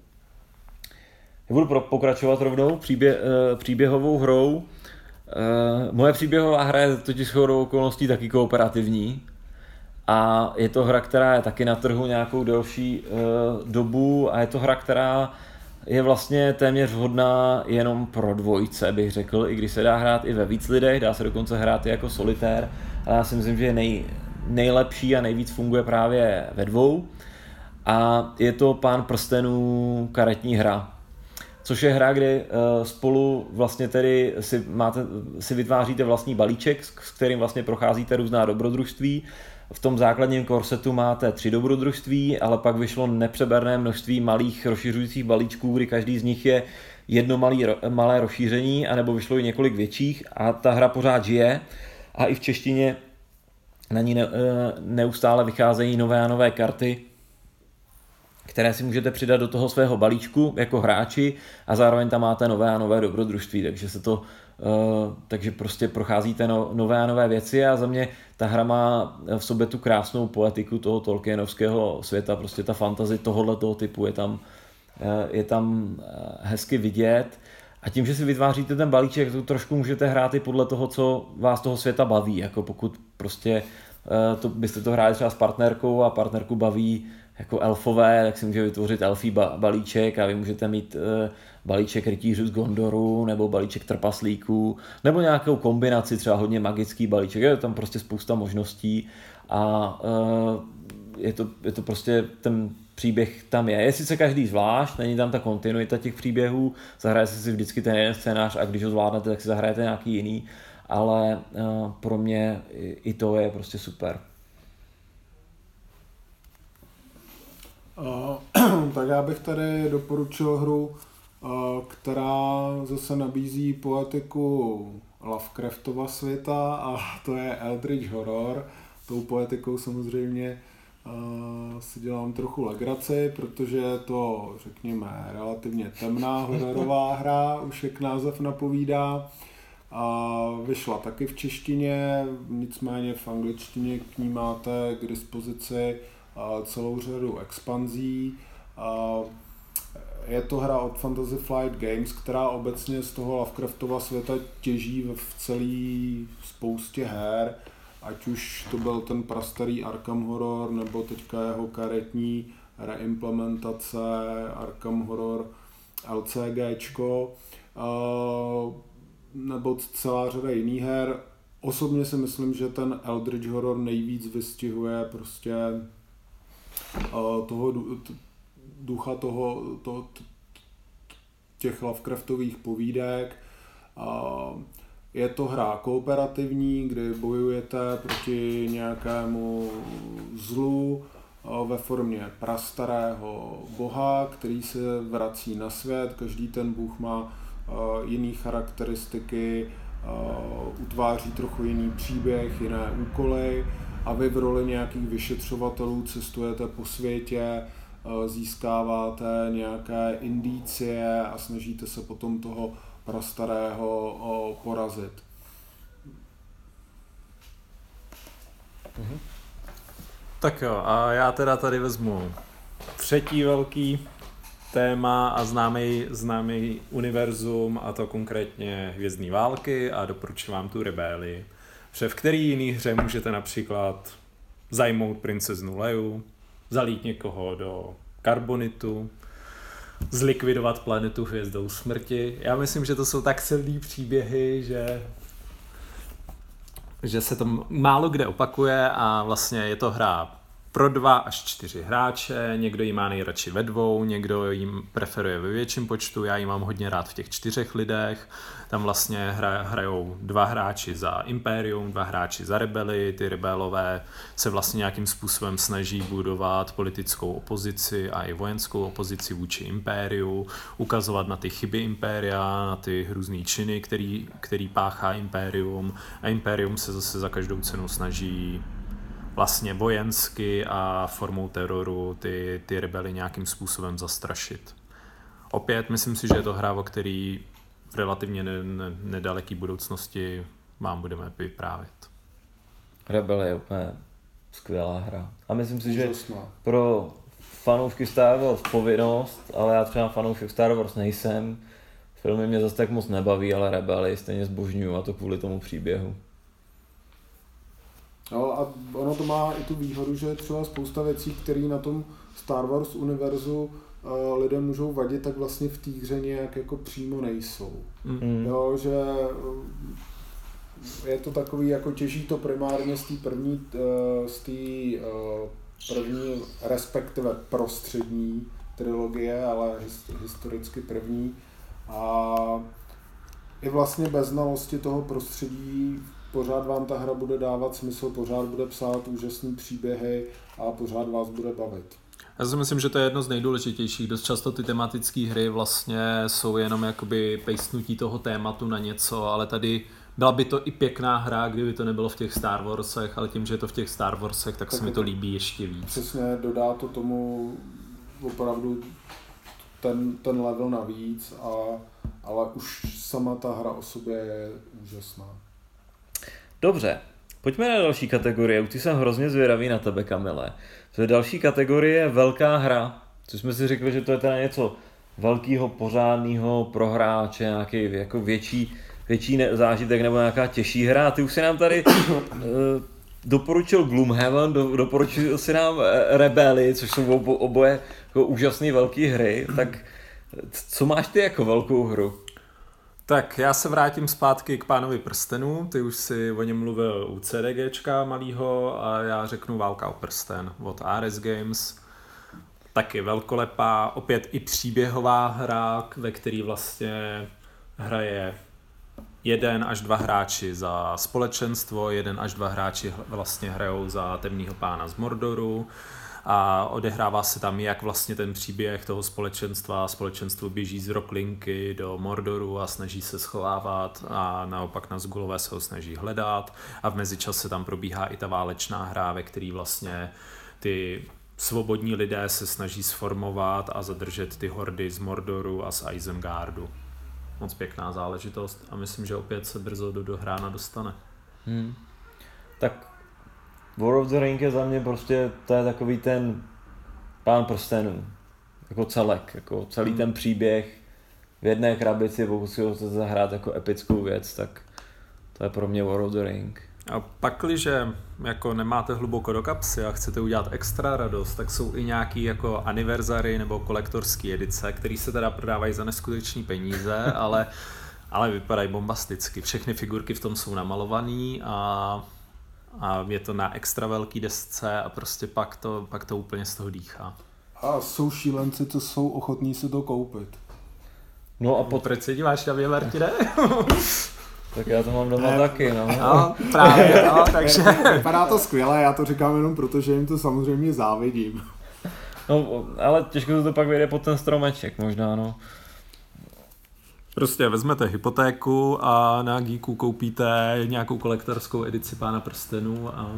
Já budu pokračovat rovnou příběhovou hrou. Moje příběhová hra je totiž shodou okolností taky kooperativní. A je to hra, která je taky na trhu nějakou delší dobu a je to hra, která je vlastně téměř vhodná jenom pro dvojce, bych řekl, i když se dá hrát i ve víc lidech, dá se dokonce hrát i jako solitér, ale já si myslím, že je nejlepší a nejvíc funguje právě ve dvou. A je to Pán prstenů karetní hra, což je hra, kde spolu vlastně tedy si vytváříte vlastní balíček, s kterým vlastně procházíte různá dobrodružství. V tom základním korsetu máte 3 dobrodružství, ale pak vyšlo nepřeberné množství malých rozšiřujících balíčků, kdy každý z nich je jedno malé rozšíření, anebo vyšlo i několik větších a ta hra pořád žije a i v češtině na ní neustále vycházejí nové a nové karty, které si můžete přidat do toho svého balíčku jako hráči a zároveň tam máte nové a nové dobrodružství, takže prostě procházíte nové a nové věci a za mě ta hra má v sobě tu krásnou poetiku toho Tolkienovského světa, prostě ta fantasy tohoto typu je tam hezky vidět a tím, že si vytváříte ten balíček, to trošku můžete hrát i podle toho, co vás toho světa baví, jako pokud prostě byste to hráli třeba s partnerkou a partnerku baví jako elfové, tak si může vytvořit elfí balíček a vy můžete mít balíček rytířů z Gondoru nebo balíček trpaslíků nebo nějakou kombinaci, třeba hodně magický balíček, je tam prostě spousta možností a je to prostě ten příběh tam je sice každý zvlášť, není tam ta kontinuita těch příběhů, zahrajete si vždycky ten jeden scénář a když ho zvládnete, tak si zahrajete nějaký jiný, ale pro mě i to je prostě super. Tak já bych tady doporučil hru, která zase nabízí poetiku Lovecraftova světa a to je Eldritch Horror. Tou poetikou samozřejmě si dělám trochu legraci, protože je to, řekněme, relativně temná hororová hra, už jak název napovídá. Vyšla taky v češtině, nicméně v angličtině k ní máte k dispozici celou řadu expanzí. Je to hra od Fantasy Flight Games, která obecně z toho Lovecraftova světa těží v celý spoustě her, ať už to byl ten prastarý Arkham Horror, nebo teďka jeho karetní reimplementace Arkham Horror LCGčko, nebo celá řada jiných her. Osobně si myslím, že ten Eldritch Horror nejvíc vystihuje prostě toho ducha těch Lovecraftových povídek. Je to hra kooperativní, kdy bojujete proti nějakému zlu ve formě prastarého boha, který se vrací na svět. Každý ten bůh má jiné charakteristiky, utváří trochu jiný příběh, jiné úkoly a vy v roli nějakých vyšetřovatelů cestujete po světě, získáváte nějaké indicie a snažíte se potom toho prastarého porazit. Tak jo, a já teda tady vezmu třetí velký téma a známý univerzum, a to konkrétně Hvězdné války, a doporučuji vám tu Rebelii. V který jiný hře můžete například zajmout princeznu Leiu, zalít někoho do karbonitu, zlikvidovat planetu hvězdou smrti. Já myslím, že to jsou tak silný příběhy, že se to málo kde opakuje a vlastně je to hra pro 2 až 4 hráče, někdo ji má nejradši ve 2, někdo jim preferuje ve větším počtu, já ji mám hodně rád v těch 4 lidech. Tam vlastně hrajou 2 hráči za Imperium, 2 hráči za rebeli, ty rebelové se vlastně nějakým způsobem snaží budovat politickou opozici a i vojenskou opozici vůči Impériu, ukazovat na ty chyby Impéria, na ty hrůzný činy, který páchá Impérium, a Impérium se zase za každou cenu snaží vlastně vojensky a formou teroru ty rebely nějakým způsobem zastrašit. Opět myslím si, že je to hra, o který v relativně nedaleké budoucnosti vám budeme vyprávět. Rebel je úplně skvělá hra. A myslím si, že pro fanoušky Star Wars povinnost, ale já třeba fanoušek Star Wars nejsem. Filmy mě zase tak moc nebaví, ale Rebely stejně zbožňuju, a to kvůli tomu příběhu. No a ono to má i tu výhodu, že třeba spousta věcí, které na tom Star Wars univerzu lidé můžou vadit, tak vlastně v té hře nějak jako přímo nejsou. Jo, že je to takový, jako těží to primárně z té první, respektive prostřední trilogie, ale historicky první. A i vlastně bez znalosti toho prostředí pořád vám ta hra bude dávat smysl, pořád bude psát úžasný příběhy a pořád vás bude bavit. Já si myslím, že to je jedno z nejdůležitějších. Dost často ty tematické hry vlastně jsou jenom jakoby pejstnutí toho tématu na něco, ale tady byla by to i pěkná hra, kdyby to nebylo v těch Star Warsech, ale tím, že je to v těch Star Warsech, tak se mi to líbí ještě víc. Přesně, dodá to tomu opravdu ten level navíc, ale už sama ta hra o sobě je úžasná. Dobře, pojďme na další kategorie. Už jsem hrozně zvědavý na tebe, Kamile. To je další kategorie velká hra, což jsme si řekli, že to je teda něco velkého, pořádného pro hráče, nějaký jako větší zážitek nebo nějaká těžší hra. A ty už si nám tady doporučil Gloomhaven, doporučil si nám Rebelly, což jsou oboje jako úžasné velké hry. Tak co máš ty jako velkou hru? Tak já se vrátím zpátky k Pánovi prstenů, ty už si o něm mluvil u CDGčka malýho a já řeknu Válka o prsten od Ares Games. Taky velkolepá, opět i příběhová hra, ve který vlastně hraje 1 až 2 hráči za společenstvo, 1 až 2 hráči vlastně hrajou za Temného pána z Mordoru a odehrává se tam jak vlastně ten příběh toho společenstva. Společenstvo běží z Rocklinky do Mordoru a snaží se schovávat a naopak Nazgulové se ho snaží hledat a v mezičase tam probíhá i ta válečná hra, ve který vlastně ty svobodní lidé se snaží sformovat a zadržet ty hordy z Mordoru a z Isengardu. Moc pěkná záležitost a myslím, že opět se brzo do dohrána dostane. Tak War of the Ring je za mě prostě, to je takový ten Pán prstenů, jako celek, jako celý ten příběh v jedné krabici, pokud si ho chcete zahrát jako epickou věc, tak to je pro mě War of the Ring. A pakliže jako nemáte hluboko do kapsy a chcete udělat extra radost, tak jsou i nějaký jako anniversary nebo kolektorský edice, které se teda prodávají za neskutečný peníze, ale vypadají bombasticky. Všechny figurky v tom jsou namalovaný a je to na extra velký desce a prostě pak to úplně z toho dýchá. A jsou šílenci, co jsou ochotní si to koupit. No a proč se díváš na mě, Martine? Tak já to mám doma taky, no. No, právě, no, takže... Vypadá to skvěle, já to říkám jenom proto, že jim to samozřejmě závidím. No, ale těžko to pak vyjde pod ten stromeček možná, no. Prostě vezmete hypotéku a na Geeku koupíte nějakou kolektorskou edici Pána prstenů a...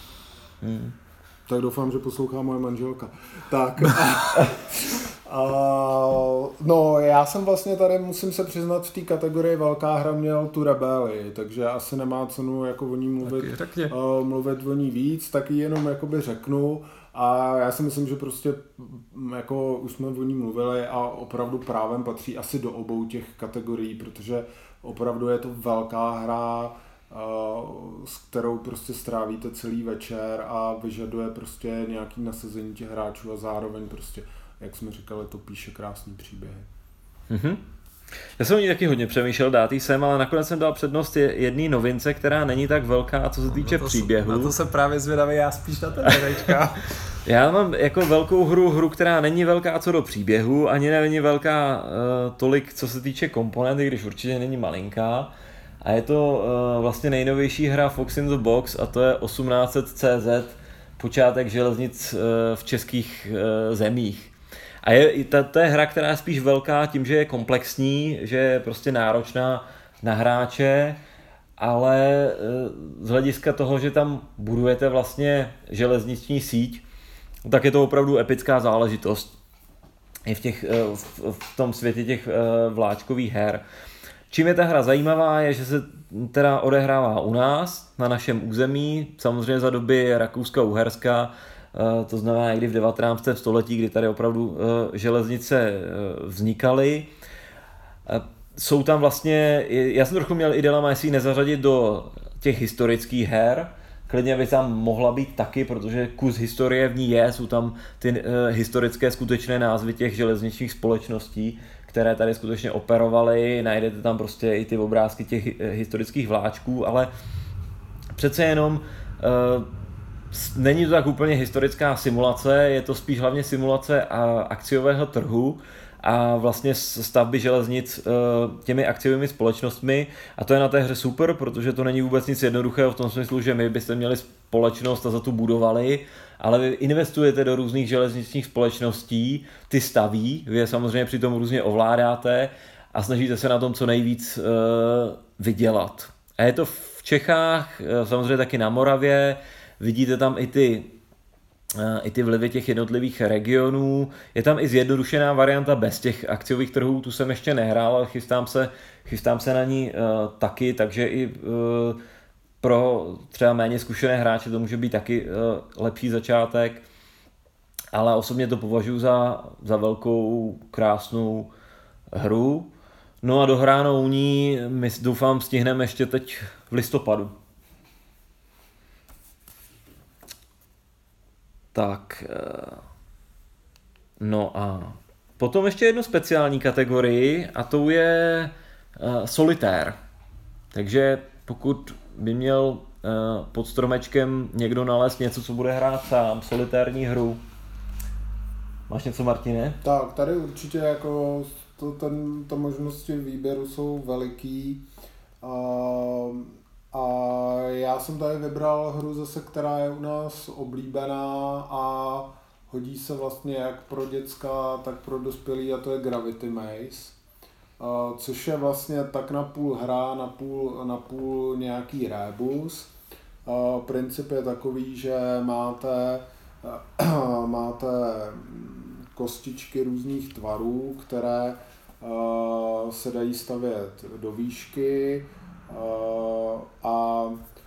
Tak doufám, že poslouchá moje manželka. Tak... no, já jsem vlastně tady, musím se přiznat, v té kategorii velká hra měl tu Rebelly, takže asi nemá cenu jako o ní mluvit o ní víc, tak ji jenom jakoby řeknu a já si myslím, že prostě jako už jsme o ní mluvili a opravdu právem patří asi do obou těch kategorií, protože opravdu je to velká hra, s kterou prostě strávíte celý večer a vyžaduje prostě nějaký nasazení těch hráčů a zároveň prostě, jak jsme říkali, to píše krásný příběhy. Já jsem o ní taky hodně přemýšlel, dát jí sem, ale nakonec jsem dal přednost jedné novince, která není tak velká, co se týče příběhu. Na to se právě zvědavý, já spíš na tebe, Rejčka. Já mám jako velkou hru, která není velká co do příběhu, ani není velká tolik, co se týče komponenty, když určitě není malinká. A je to vlastně nejnovější hra Fox in the Box a to je 1800 CZ, počátek železnic v českých zemích. A to je hra, která je spíš velká tím, že je komplexní, že je prostě náročná na hráče, ale z hlediska toho, že tam budujete vlastně železniční síť, tak je to opravdu epická záležitost i v tom světě těch vláčkových her. Čím je ta hra zajímavá, je, že se teda odehrává u nás, na našem území, samozřejmě za doby Rakouska-Uherska, to znamená někdy v 19. století, kdy tady opravdu železnice vznikaly. Jsou tam vlastně, já jsem trochu měl i dilema, jestli ji nezařadit do těch historických her, klidně by tam mohla být taky, protože kus historie v ní je, jsou tam ty historické skutečné názvy těch železničních společností, které tady skutečně operovaly, najdete tam prostě i ty obrázky těch historických vláčků, ale přece jenom není to tak úplně historická simulace, je to spíš hlavně simulace akciového trhu a vlastně stavby železnic těmi akciovými společnostmi a to je na té hře super, protože to není vůbec nic jednoduchého v tom smyslu, že my byste měli společnost a za tu budovali, ale vy investujete do různých železničních společností, ty staví, vy je samozřejmě přitom různě ovládáte a snažíte se na tom co nejvíc vydělat. A je to v Čechách, samozřejmě taky na Moravě, vidíte tam i ty vlivy těch jednotlivých regionů. Je tam i zjednodušená varianta bez těch akciových trhů, tu jsem ještě nehrál, ale chystám se na ní taky, takže i pro třeba méně zkušené hráče to může být taky lepší začátek, ale osobně to považuji za velkou, krásnou hru. No a dohránou ní my doufám stihneme ještě teď v listopadu. Tak, no a potom ještě jednu speciální kategorii a to je solitér. Takže pokud by měl pod stromečkem někdo nalézt něco, co bude hrát sám, solitérní hru. Máš něco, Martine? Tak, tady určitě jako to možnosti výběru jsou veliký. A já jsem tady vybral hru zase, která je u nás oblíbená a hodí se vlastně jak pro děcka, tak pro dospělí a to je Gravity Maze. Což je vlastně tak napůl hra, napůl nějaký rébus. Princip je takový, že máte kostičky různých tvarů, které se dají stavět do výšky a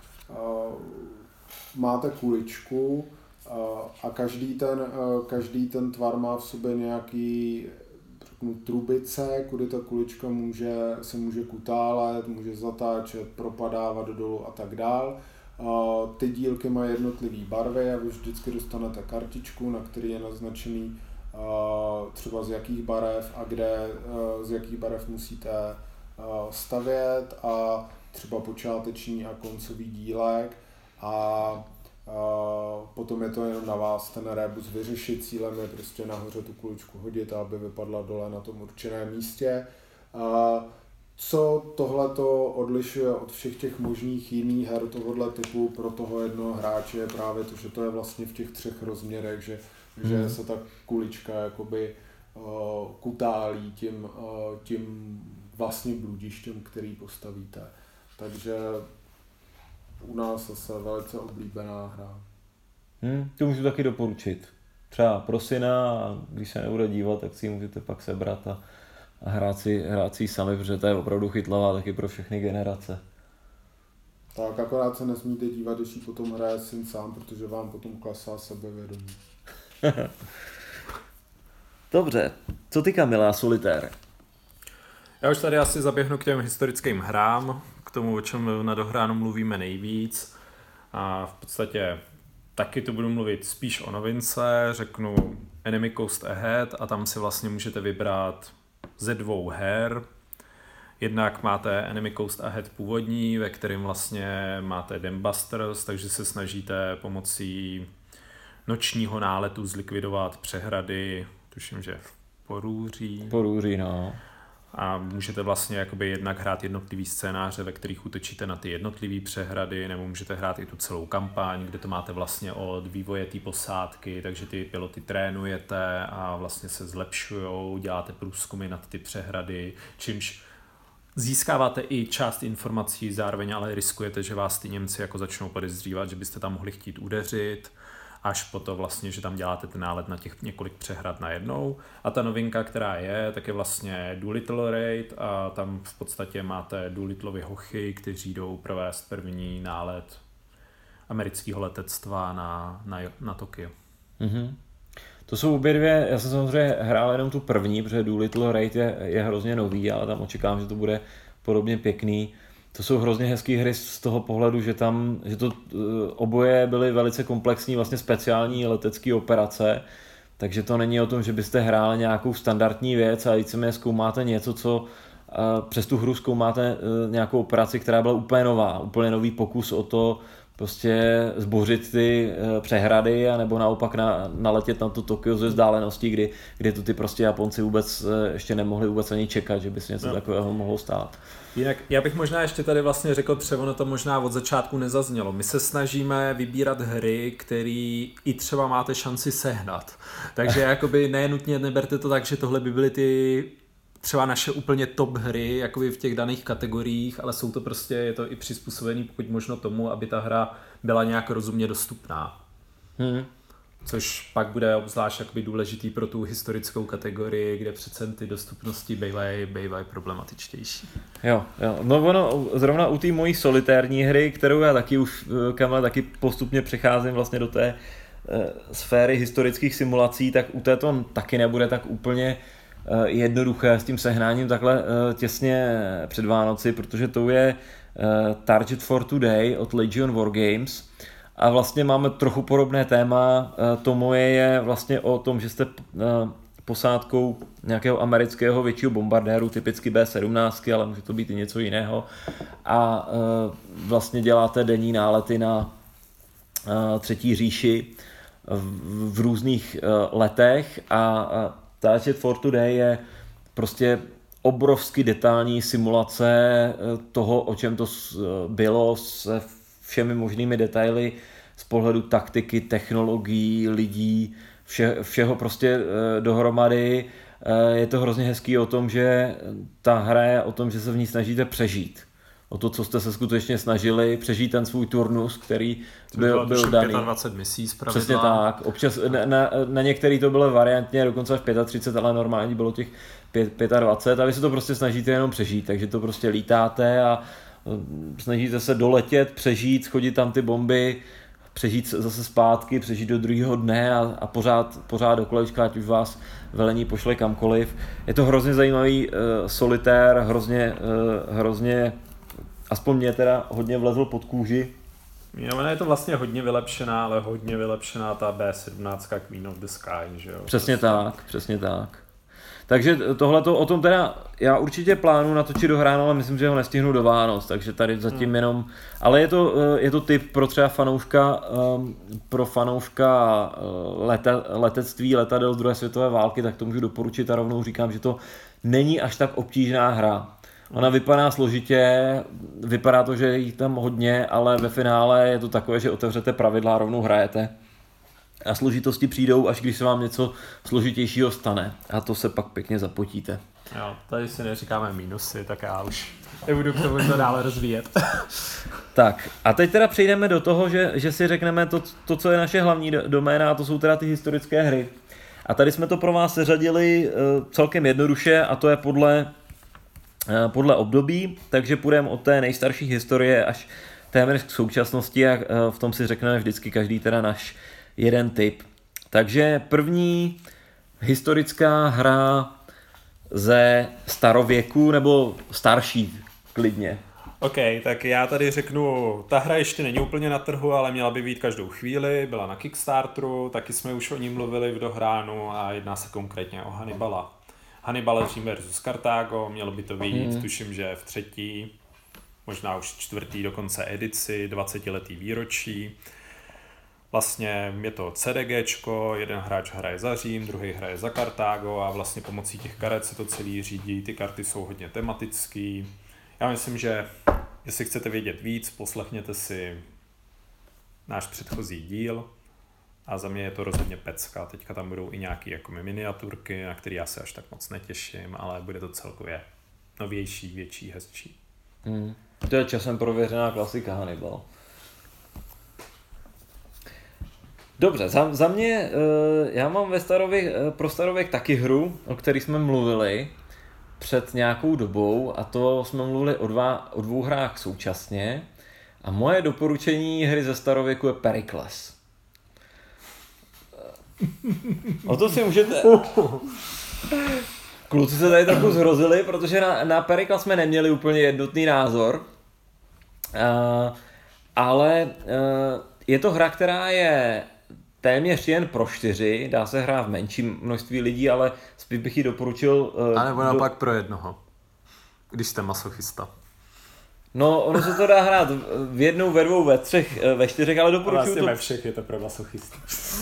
máte kuličku a každý ten tvar má v sobě nějaký trubice, kudy ta kulička se může kutálet, může zatáčet, propadávat dolů a tak dál. Ty dílky mají jednotlivé barvy a vy vždycky dostanete kartičku, na který je naznačený třeba z jakých barev a z jakých barev musíte stavět a třeba počáteční a koncový dílek a potom je to jenom na vás ten rébus vyřešit. Cílem je prostě nahoře tu kuličku hodit, aby vypadla dole na tom určeném místě. Co tohleto odlišuje od všech těch možných jiných her tohohle typu pro toho jednoho hráče je právě to, že to je vlastně v těch 3 rozměrech, že se ta kulička jakoby kutálí tím vlastně bludištěm, který postavíte. Takže u nás zase velice oblíbená hra. To můžu taky doporučit. Třeba pro syna, a když se nebude dívat, tak si ji můžete pak sebrat a hrát si sami, protože to je opravdu chytlavá taky pro všechny generace. Tak akorát se nesmíte dívat, když ji potom hraje syn sám, protože vám potom klesá sebevědomí. Dobře, co ty, Kamila, solitér? Já už tady asi zaběhnu k těm historickým hrám, k tomu, o čem na dohránu mluvíme nejvíc. A v podstatě taky tu budu mluvit spíš o novince, řeknu Enemy Coast Ahead a tam si vlastně můžete vybrat ze 2 her. Jednak máte Enemy Coast Ahead původní, ve kterém vlastně máte Dambusters, takže se snažíte pomocí nočního náletu zlikvidovat přehrady, tuším, že v Porúří. Porúří, no. A můžete vlastně jakoby jednak hrát jednotlivý scénáře, ve kterých útočíte na ty jednotlivý přehrady, nebo můžete hrát i tu celou kampaň, kde to máte vlastně od vývoje té posádky, takže ty piloty trénujete a vlastně se zlepšujou, děláte průzkumy nad ty přehrady, čímž získáváte i část informací, zároveň ale riskujete, že vás ty Němci jako začnou podezřívat, že byste tam mohli chtít udeřit, až po to vlastně, že tam děláte ten nálet na těch několik přehrad najednou. A ta novinka, která je, tak je vlastně Doolittle Raid a tam v podstatě máte Doolittlovy hochy, kteří jdou provést první nálet amerického letectva na Tokio. Mm-hmm. To jsou obě dvě, já jsem samozřejmě hrál jenom tu první, protože Doolittle Raid je hrozně nový, ale tam očekávám, že to bude podobně pěkný. To jsou hrozně hezké hry z toho pohledu, že to oboje byly velice komplexní, vlastně speciální letecké operace, takže to není o tom, že byste hráli nějakou standardní věc a víceméně zkoumáte něco, co přes tu hru zkoumáte nějakou operaci, která byla úplně nová, úplně nový pokus o to prostě zbořit ty přehrady, anebo naopak naletět na to Tokio ze vzdálenosti, kdy to ty prostě Japonci vůbec ještě nemohli vůbec ani čekat, že by se něco takového mohlo stát. Jinak já bych možná ještě tady vlastně řekl, třeba ono to možná od začátku nezaznělo. My se snažíme vybírat hry, které i třeba máte šanci sehnat. Takže jakoby nenutně neberte to tak, že tohle by byly ty třeba naše úplně top hry jakoby v těch daných kategoriích, ale jsou to prostě, je to i přizpůsobený pokud možno tomu, aby ta hra byla nějak rozumně dostupná. Což pak bude obzvlášť jakoby důležitý pro tu historickou kategorii, kde přece ty dostupnosti bývají problematičtější. Jo. No ono, zrovna u té mojí solitérní hry, kterou já taky už, Kamile, taky postupně přecházím vlastně do té sféry historických simulací, tak u této taky nebude tak úplně jednoduché s tím sehnáním takhle těsně před Vánoci, protože to je Target for Today od Legion Wargames a vlastně máme trochu podobné téma. To moje je vlastně o tom, že jste posádkou nějakého amerického většího bombardéru, typicky B-17, ale může to být i něco jiného a vlastně děláte denní nálety na Třetí říši v různých letech a Target for Today je prostě obrovsky detailní simulace toho, o čem to bylo, se všemi možnými detaily z pohledu taktiky, technologií, lidí, všeho prostě dohromady. Je to hrozně hezký o tom, že ta hra je o tom, že se v ní snažíte přežít. O to, co jste se skutečně snažili, přežít ten svůj turnus, který byl daný. 25 misí zpravidla. Přesně tak. Občas na některý to bylo variantně, dokonce až 35, ale normálně bylo těch 25 a vy se to prostě snažíte jenom přežít, takže to prostě lítáte a snažíte se doletět, přežít, schodit tam ty bomby, přežít zase zpátky, přežít do druhého dne a pořád do kolečka, ať už vás velení pošle kamkoliv. Je to hrozně zajímavý solitér, hrozně aspoň mě teda hodně vlezl pod kůži. Jo, je to vlastně hodně vylepšená, ale hodně vylepšená ta B-17 Queen of the Sky, že jo? Přesně tak. Takže tohleto, o tom teda, já určitě plánuju natočit do hránu, ale myslím, že ho nestihnu do Vánoc, takže tady zatím jenom, ale je to tip pro třeba fanouška letectví, letadel z druhé světové války, tak to můžu doporučit a rovnou říkám, že to není až tak obtížná hra. Ona vypadá složitě, vypadá to, že jich tam hodně, ale ve finále je to takové, že otevřete pravidla a rovnou hrajete. A složitosti přijdou, až když se vám něco složitějšího stane. A to se pak pěkně zapotíte. Jo, tady si neříkáme mínusy, tak já už nebudu k tomu to dále rozvíjet. Tak, a teď teda přejdeme do toho, že si řekneme to, co je naše hlavní doména, a to jsou teda ty historické hry. A tady jsme to pro vás seřadili celkem jednoduše, a to je podle období, takže půjdeme od té nejstarší historie až téměř k současnosti a v tom si řekneme vždycky každý teda náš jeden tip. Takže první historická hra ze starověku nebo starší klidně. OK, tak já tady řeknu, ta hra ještě není úplně na trhu, ale měla by být každou chvíli, byla na Kickstarteru, taky jsme už o ní mluvili v dohránu a jedná se konkrétně o Hannibala. Hannibal Řím versus Kartágo, mělo by to vyjít, tuším, že v 3., možná už 4. dokonce edici, 20letý výročí. Vlastně je to CDGčko, jeden hráč hraje za Řím, druhý hraje za Kartágo a vlastně pomocí těch karet se to celý řídí, ty karty jsou hodně tematický. Já myslím, že jestli chcete vědět víc, poslechněte si náš předchozí díl a za mě je to rozhodně pecka. Teďka tam budou i nějaké jako miniaturky, na které já se až tak moc netěším, ale bude to celkově novější, větší, hezčí. To je časem prověřená klasika Hannibal. Dobře, za mě, já mám pro starověk taky hru, o které jsme mluvili před nějakou dobou, a to jsme mluvili o dvou hrách současně a moje doporučení hry ze starověku je Perikles. O to si můžete... Kluci se tady trochu zhrozili, protože na Perikles jsme neměli úplně jednotný názor, ale je to hra, která je téměř jen pro 4, dá se hrát v menším množství lidí, ale spíš bych ji doporučil... A nebo naopak pro jednoho. když jste masochista? No, ono se to dá hrát v jednou, ve dvou, ve třech, ve čtyřech, ale doporučuju vlastně to... ve všech je to pro masochista.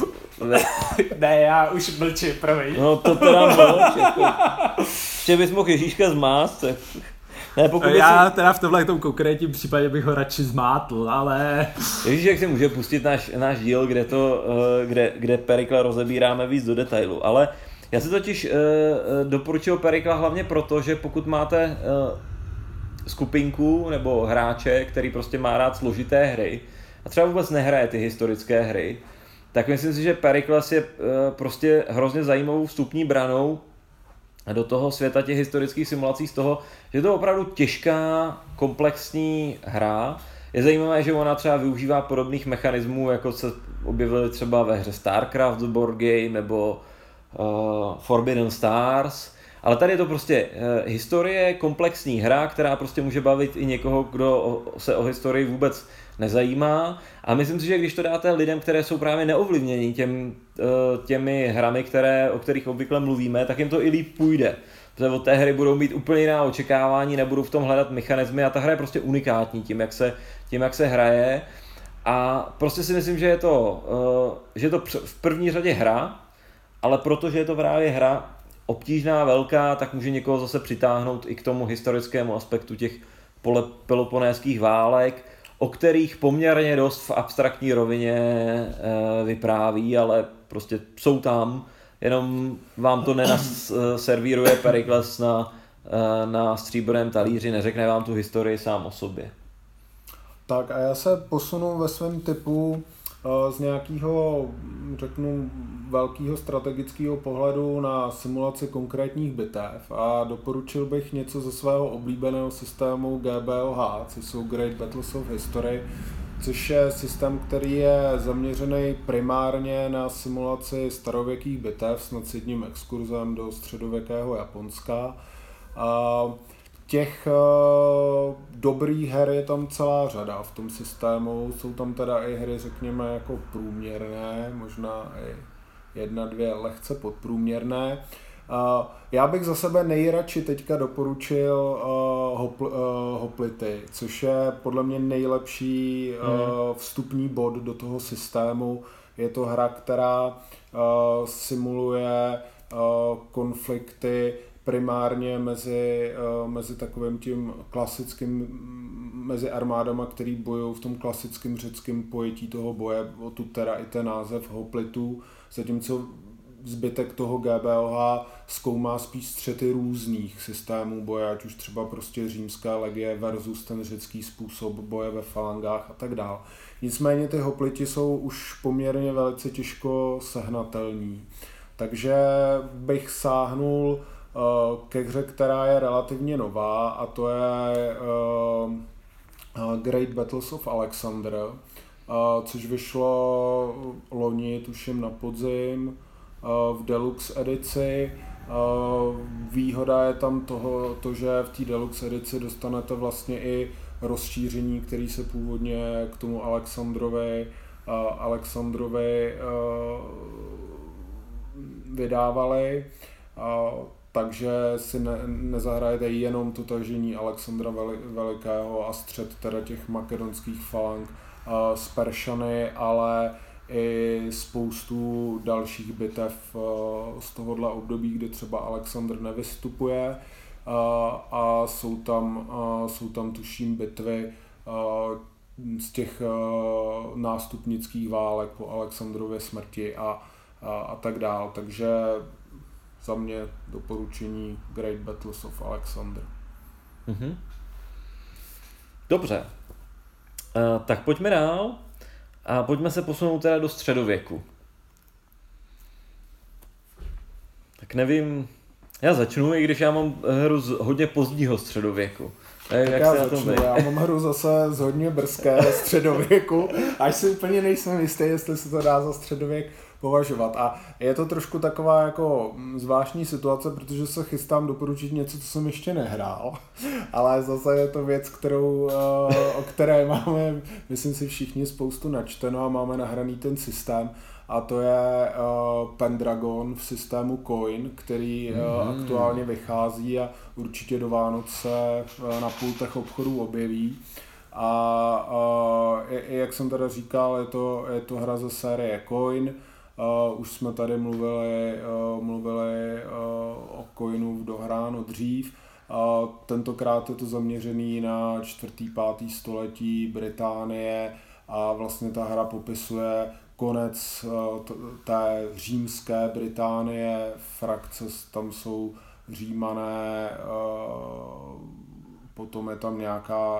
Ne, já už mlčím, promiň. No to teda moc, jako... Ještě bys mohl Ježíška zmást, tak... Ne, já teda v tomhle konkrétním případě bych ho radši zmátl, ale... Ježíšek si může pustit náš díl, kde Perikla rozebíráme víc do detailu, ale já si totiž doporučuji Perikla hlavně proto, že pokud máte skupinku nebo hráče, který prostě má rád složité hry a třeba vůbec nehraje ty historické hry, tak myslím si, že Perikles je prostě hrozně zajímavou vstupní branou do toho světa těch historických simulací z toho, že to je opravdu těžká, komplexní hra. Je zajímavé, že ona třeba využívá podobných mechanismů, jako se objevily třeba ve hře StarCraft The Board Game nebo Forbidden Stars. Ale tady je to prostě historie, komplexní hra, která prostě může bavit i někoho, kdo se o historii vůbec nezajímá. A myslím si, že když to dáte lidem, které jsou právě neovlivněni těmi hrami, o kterých obvykle mluvíme, tak jim to i líp půjde. Protože od té hry budou mít úplně jiná očekávání, nebudou v tom hledat mechanismy a ta hra je prostě unikátní tím, jak se hraje. A prostě si myslím, že je to v první řadě hra, ale protože je to právě hra obtížná, velká, tak může někoho zase přitáhnout i k tomu historickému aspektu těch peloponéských válek, o kterých poměrně dost v abstraktní rovině vypráví, ale prostě jsou tam, jenom vám to nenaservíruje Perikles na stříbrném talíři, neřekne vám tu historii sám o sobě. Tak a já se posunu ve svém typu z nějakého, řeknu, velkého strategického pohledu na simulaci konkrétních bitev a doporučil bych něco ze svého oblíbeného systému GBOH, což jsou Great Battles of History, což je systém, který je zaměřený primárně na simulaci starověkých bitev s jedním exkurzem do středověkého Japonska. Těch dobrých her je tam celá řada v tom systému, jsou tam teda i hry, řekněme, jako průměrné, možná i jedna, dvě lehce podprůměrné. Já bych za sebe nejradši teďka doporučil Hoplity, což je podle mě nejlepší vstupní bod do toho systému. Je to hra, která simuluje konflikty primárně mezi takovým tím klasickým, mezi armádama, který bojují v tom klasickém řeckém pojetí toho boje, odtud teda i ten název Hoplitů, zatímco zbytek toho GBOH zkoumá spíš střety různých systémů boje, ať už třeba prostě římská legie versus ten řecký způsob boje ve falangách a tak dále. Nicméně ty hopliti jsou už poměrně velice těžko sehnatelní. Takže bych sáhnul ke hře, která je relativně nová, a to je Great Battles of Alexander, což vyšlo loni, tuším na podzim, v deluxe edici. Výhoda je tam to, že v té deluxe edici dostanete vlastně i rozšíření, který se původně k tomu Alexandrovi vydávali. Takže si nezahrajete jenom to tažení Alexandra Velikého a střet teda těch makedonských falang s Peršany, ale i spoustu dalších bitev z tohohle období, kdy třeba Alexandr nevystupuje a jsou tam tuším bitvy z těch nástupnických válek po Alexandrově smrti a tak dál. Takže za mě doporučení Great Battles of Alexander. Mm-hmm. Dobře. Tak pojďme dál a pojďme se posunout teda do středověku. Tak nevím, já začnu, i když já mám hru z hodně pozdního středověku. Já mám hru zase z hodně brzké středověku, až si úplně nejsem jistý, jestli se to dá za středověk považovat. A je to trošku taková jako zvláštní situace, protože se chystám doporučit něco, co jsem ještě nehrál, ale zase je to věc, o které máme, myslím si, všichni spoustu načteno a máme nahraný ten systém. A to je Pendragon v systému Coin, který aktuálně vychází a určitě do Vánoc se na pultech obchodů objeví. A jak jsem teda říkal, je to hra ze série Coin. Už jsme tady mluvili o Coinu v Dohráno dřív. Tentokrát je to zaměřený na 4. 5. století Británie a vlastně ta hra popisuje konec té římské Británie, frakce, tam jsou Římané, potom je tam nějaká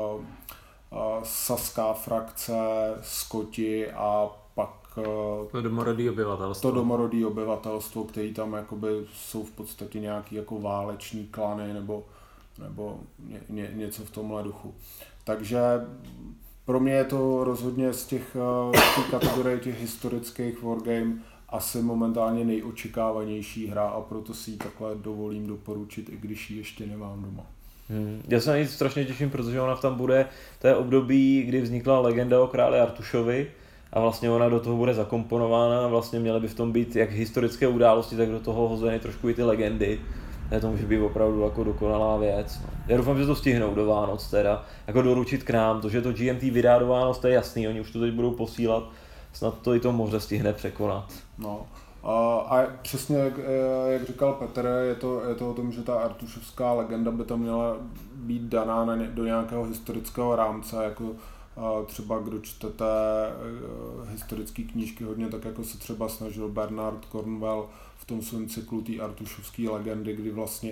saská frakce, Skoti a pak to domorodý obyvatelstvo, který tam jakoby jsou v podstatě nějaký jako váleční klany nebo něco v tomhle duchu. Takže pro mě je to rozhodně z té kategorie těch historických wargame asi momentálně nejočekávanější hra a proto si ji takhle dovolím doporučit, i když ji ještě nemám doma. Já se na ní strašně těším, protože ona tam bude, to je období, kdy vznikla legenda o králi Artušovi a vlastně ona do toho bude zakomponována a vlastně měly by v tom být jak historické události, tak do toho hozeny trošku i ty legendy. To může být opravdu jako dokonalá věc. No. Já doufám, že to stihnou do Vánoc teda, jako doručit k nám, to, že to GMT vydá do Vánoc, to je jasný, oni už to teď budou posílat, snad to i to moře stihne překonat. No. A přesně jak říkal Petr, je to o tom, že ta artušovská legenda by tam měla být daná do nějakého historického rámce, jako třeba kdo čtete historické knížky hodně, tak jako se třeba snažil Bernard Cornwell v tom svém cyklu té artušovské legendy, kdy vlastně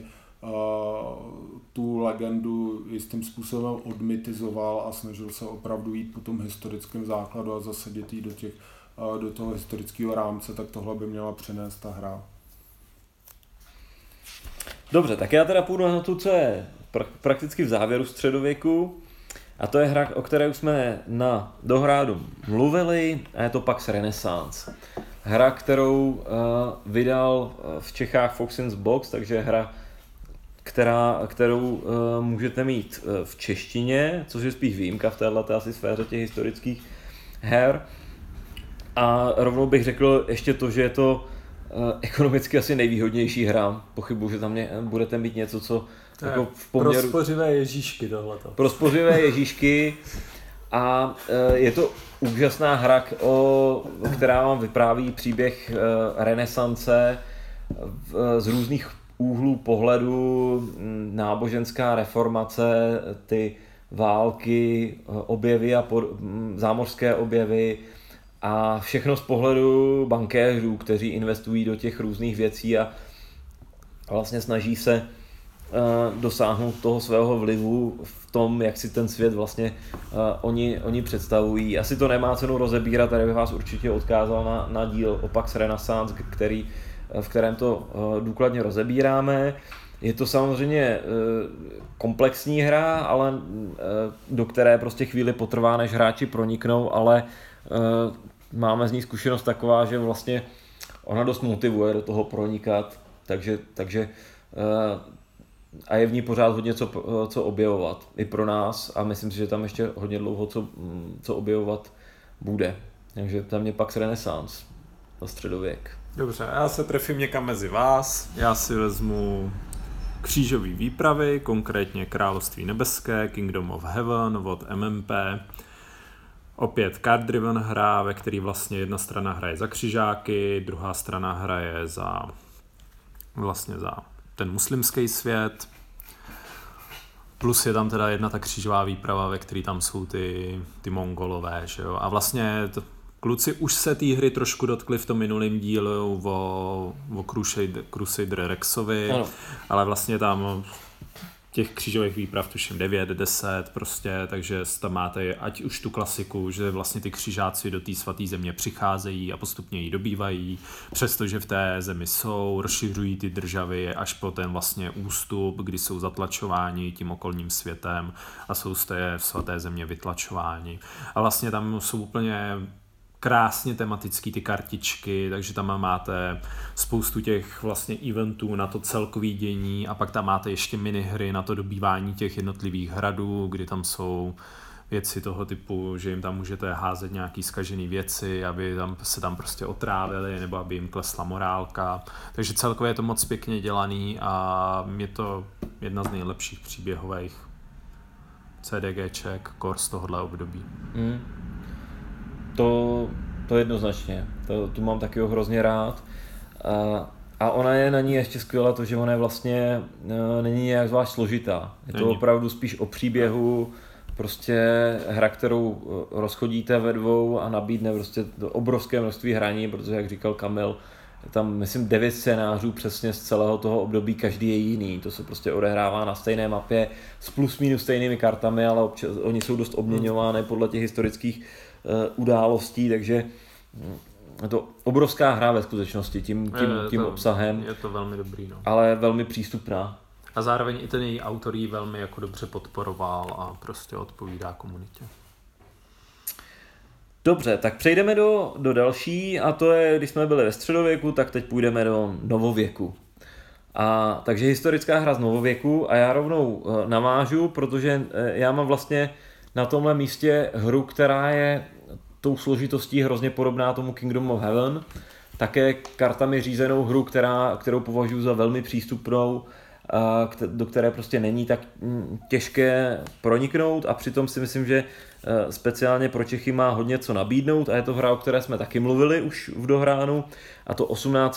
tu legendu jistým způsobem odmytizoval a snažil se opravdu jít po tom historickém základu a zasadit ji do toho historického rámce, tak tohle by měla přinést ta hra. Dobře, tak já teda půjdu na to, co je prakticky v závěru středověku. A to je hra, o které už jsme na Dohrádu mluvili, a je to Pax Renaissance. Hra, kterou vydal v Čechách Fox in the Box, takže hra, kterou můžete mít v češtině, což je spíš výjimka v této asi sféře těch historických her. A rovnou bych řekl ještě to, že je to ekonomicky asi nejvýhodnější hra. Pochybuji, že tam budete mít něco, co jako v poměru... Pro spořivé Ježíšky tohleto. Pro spořivé Ježíšky a je to úžasná hra, která vám vypráví příběh renesance z různých úhlů pohledu, náboženská reformace, ty války, objevy a zámořské objevy a všechno z pohledu bankéřů, kteří investují do těch různých věcí a vlastně snaží se dosáhnout toho svého vlivu v tom, jak si ten svět vlastně oni představují. Asi to nemá cenu rozebírat, tady bych vás určitě odkázal na díl o Pax Renaissance, v kterém to důkladně rozebíráme. Je to samozřejmě komplexní hra, ale do které prostě chvíli potrvá, než hráči proniknou, ale máme z ní zkušenost taková, že vlastně ona dost motivuje do toho pronikat, takže a je v ní pořád hodně co objevovat i pro nás a myslím si, že tam ještě hodně dlouho co objevovat bude. Takže tam je Pax Renaissance na středověk. Dobře, já se trefím někam mezi vás, já si vezmu Křížové výpravy, konkrétně Království nebeské, Kingdom of Heaven od MMP. Opět card-driven hra, ve který vlastně jedna strana hraje za křižáky, druhá strana hraje za ten muslimský svět. Plus je tam teda jedna ta křížová výprava, ve který tam jsou ty Mongolové, že jo. A vlastně kluci už se té hry trošku dotkli v tom minulém dílu o Crusader Rexovi, ano. Ale vlastně tam těch křížových výprav tuším 9, 10 prostě, takže tam máte ať už tu klasiku, že vlastně ty křižáci do té svaté země přicházejí a postupně ji dobývají, přestože v té zemi jsou, rozšiřují ty državy až po ten vlastně ústup, kdy jsou zatlačováni tím okolním světem a jsou z té svaté země vytlačováni. A vlastně tam jsou úplně krásně tematický ty kartičky, takže tam máte spoustu těch vlastně eventů na to celkový dění a pak tam máte ještě minihry na to dobývání těch jednotlivých hradů, kdy tam jsou věci toho typu, že jim tam můžete házet nějaký zkažený věci, aby se tam prostě otrávili, nebo aby jim klesla morálka. Takže celkově je to moc pěkně dělaný a je to jedna z nejlepších příběhových CDGček core z tohohle období. To jednoznačně. Tu mám taky hrozně rád. A ona je na ní ještě skvělá to, že ona je vlastně není nějak zvlášť složitá. Je to opravdu spíš o příběhu, prostě hra, kterou rozchodíte ve dvou a nabídne prostě obrovské množství hraní, protože jak říkal Kamil, je tam myslím 9 scénářů přesně z celého toho období, každý je jiný, to se prostě odehrává na stejné mapě s plus minus stejnými kartami, ale oni jsou dost obměňovány podle těch historických událostí, takže je to obrovská hra ve skutečnosti tím obsahem. Je to velmi dobrý, no. Ale velmi přístupná. A zároveň i ten její autor ji velmi jako dobře podporoval a prostě odpovídá komunitě. Dobře, tak přejdeme do další a to je, když jsme byli ve středověku, tak teď půjdeme do novověku. Takže historická hra z novověku a já rovnou navážu, protože já mám vlastně na tomhle místě hru, která je tou složitostí hrozně podobná tomu Kingdom of Heaven, také kartami řízenou hru, kterou považuji za velmi přístupnou, do které prostě není tak těžké proniknout a přitom si myslím, že speciálně pro Čechy má hodně co nabídnout a je to hra, o které jsme taky mluvili už v dohránu a to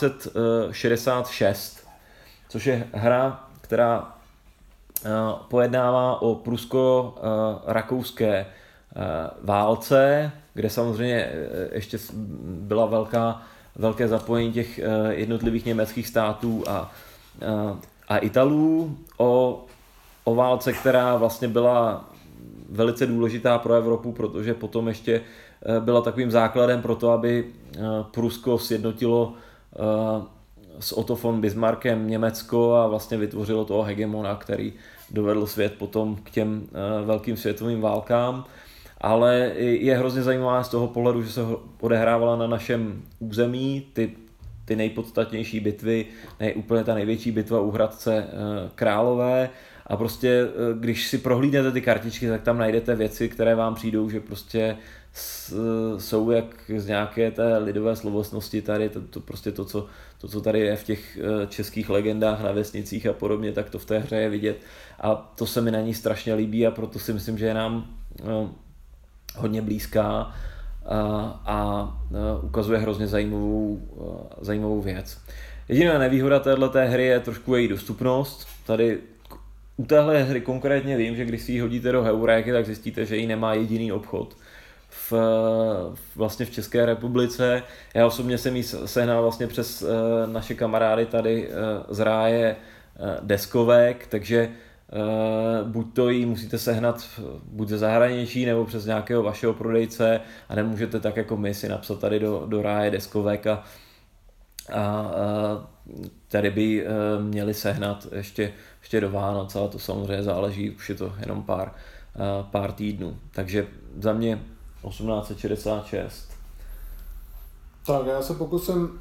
1866, což je hra, která pojednává o prusko-rakouské válce, kde samozřejmě ještě byla velké zapojení těch jednotlivých německých států a Italů o válce, která vlastně byla velice důležitá pro Evropu, protože potom ještě byla takovým základem pro to, aby Prusko sjednotilo s Otto von Bismarckem Německo a vlastně vytvořilo toho hegemona, který dovedl svět potom k těm velkým světovým válkám. Ale je hrozně zajímavá z toho pohledu, že se odehrávala na našem území, ty nejpodstatnější bitvy, úplně ta největší bitva u Hradce Králové a prostě když si prohlídnete ty kartičky, tak tam najdete věci, které vám přijdou, že prostě jsou jak z nějaké té lidové slovesnosti tady, to, co tady je v těch českých legendách na vesnicích a podobně, tak to v té hře je vidět a to se mi na ní strašně líbí a proto si myslím, že je nám hodně blízká a ukazuje hrozně zajímavou věc. Jediná nevýhoda téhleté hry je trošku její dostupnost. Tady u téhle hry konkrétně vím, že když si ji hodíte do Heuréky, tak zjistíte, že ji nemá jediný obchod vlastně v České republice. Já osobně jsem ji sehnal vlastně přes naše kamarády tady z ráje deskovek, takže buď to ji musíte sehnat buď ze zahraničí nebo přes nějakého vašeho prodejce a nemůžete tak jako my si napsat tady do ráje deskovek a tady by měli sehnat ještě do Vánoc, ale to samozřejmě záleží, už je to jenom pár týdnů. Takže za mě 1866. Tak já se pokusím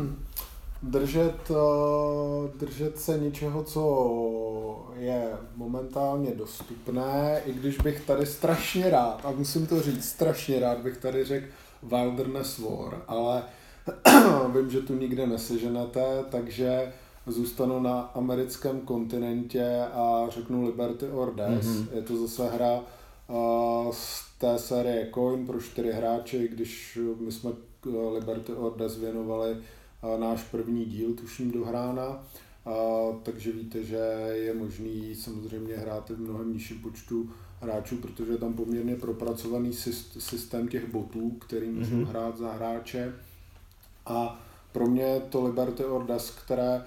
držet se něčeho, co je momentálně dostupné, i když bych tady strašně rád, a musím to říct, strašně rád bych tady řekl Wilderness War, ale vím, že tu nikde neseženete, takže zůstanu na americkém kontinentě a řeknu Liberty or Death. Je to zase hra z té série Coin pro 4 hráče, když my jsme Liberty or Death věnovali náš první díl, tuším do hrána, takže víte, že je možný samozřejmě hrát v mnohem nižším počtu hráčů, protože je tam poměrně propracovaný systém těch botů, který můžou hrát za hráče. A pro mě je to Liberty or Death, které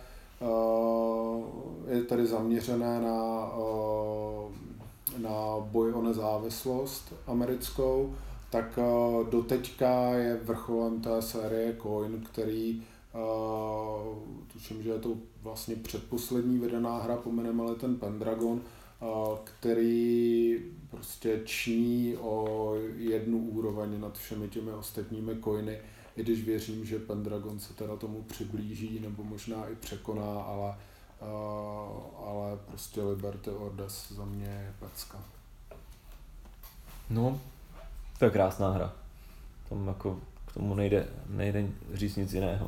je tady zaměřené na boj o nezávislost americkou, tak doteďka je vrcholem té série Coin, který tuším, že je to vlastně předposlední vydaná hra, pomeneme-li ten Pendragon, který prostě ční o jednu úroveň nad všemi těmi ostatními coiny, i když věřím, že Pendragon se teda tomu přiblíží, nebo možná i překoná, ale prostě Liberty Ordes za mě je pecka. No, to je krásná hra. Tam jako k tomu nejde říct nic jiného.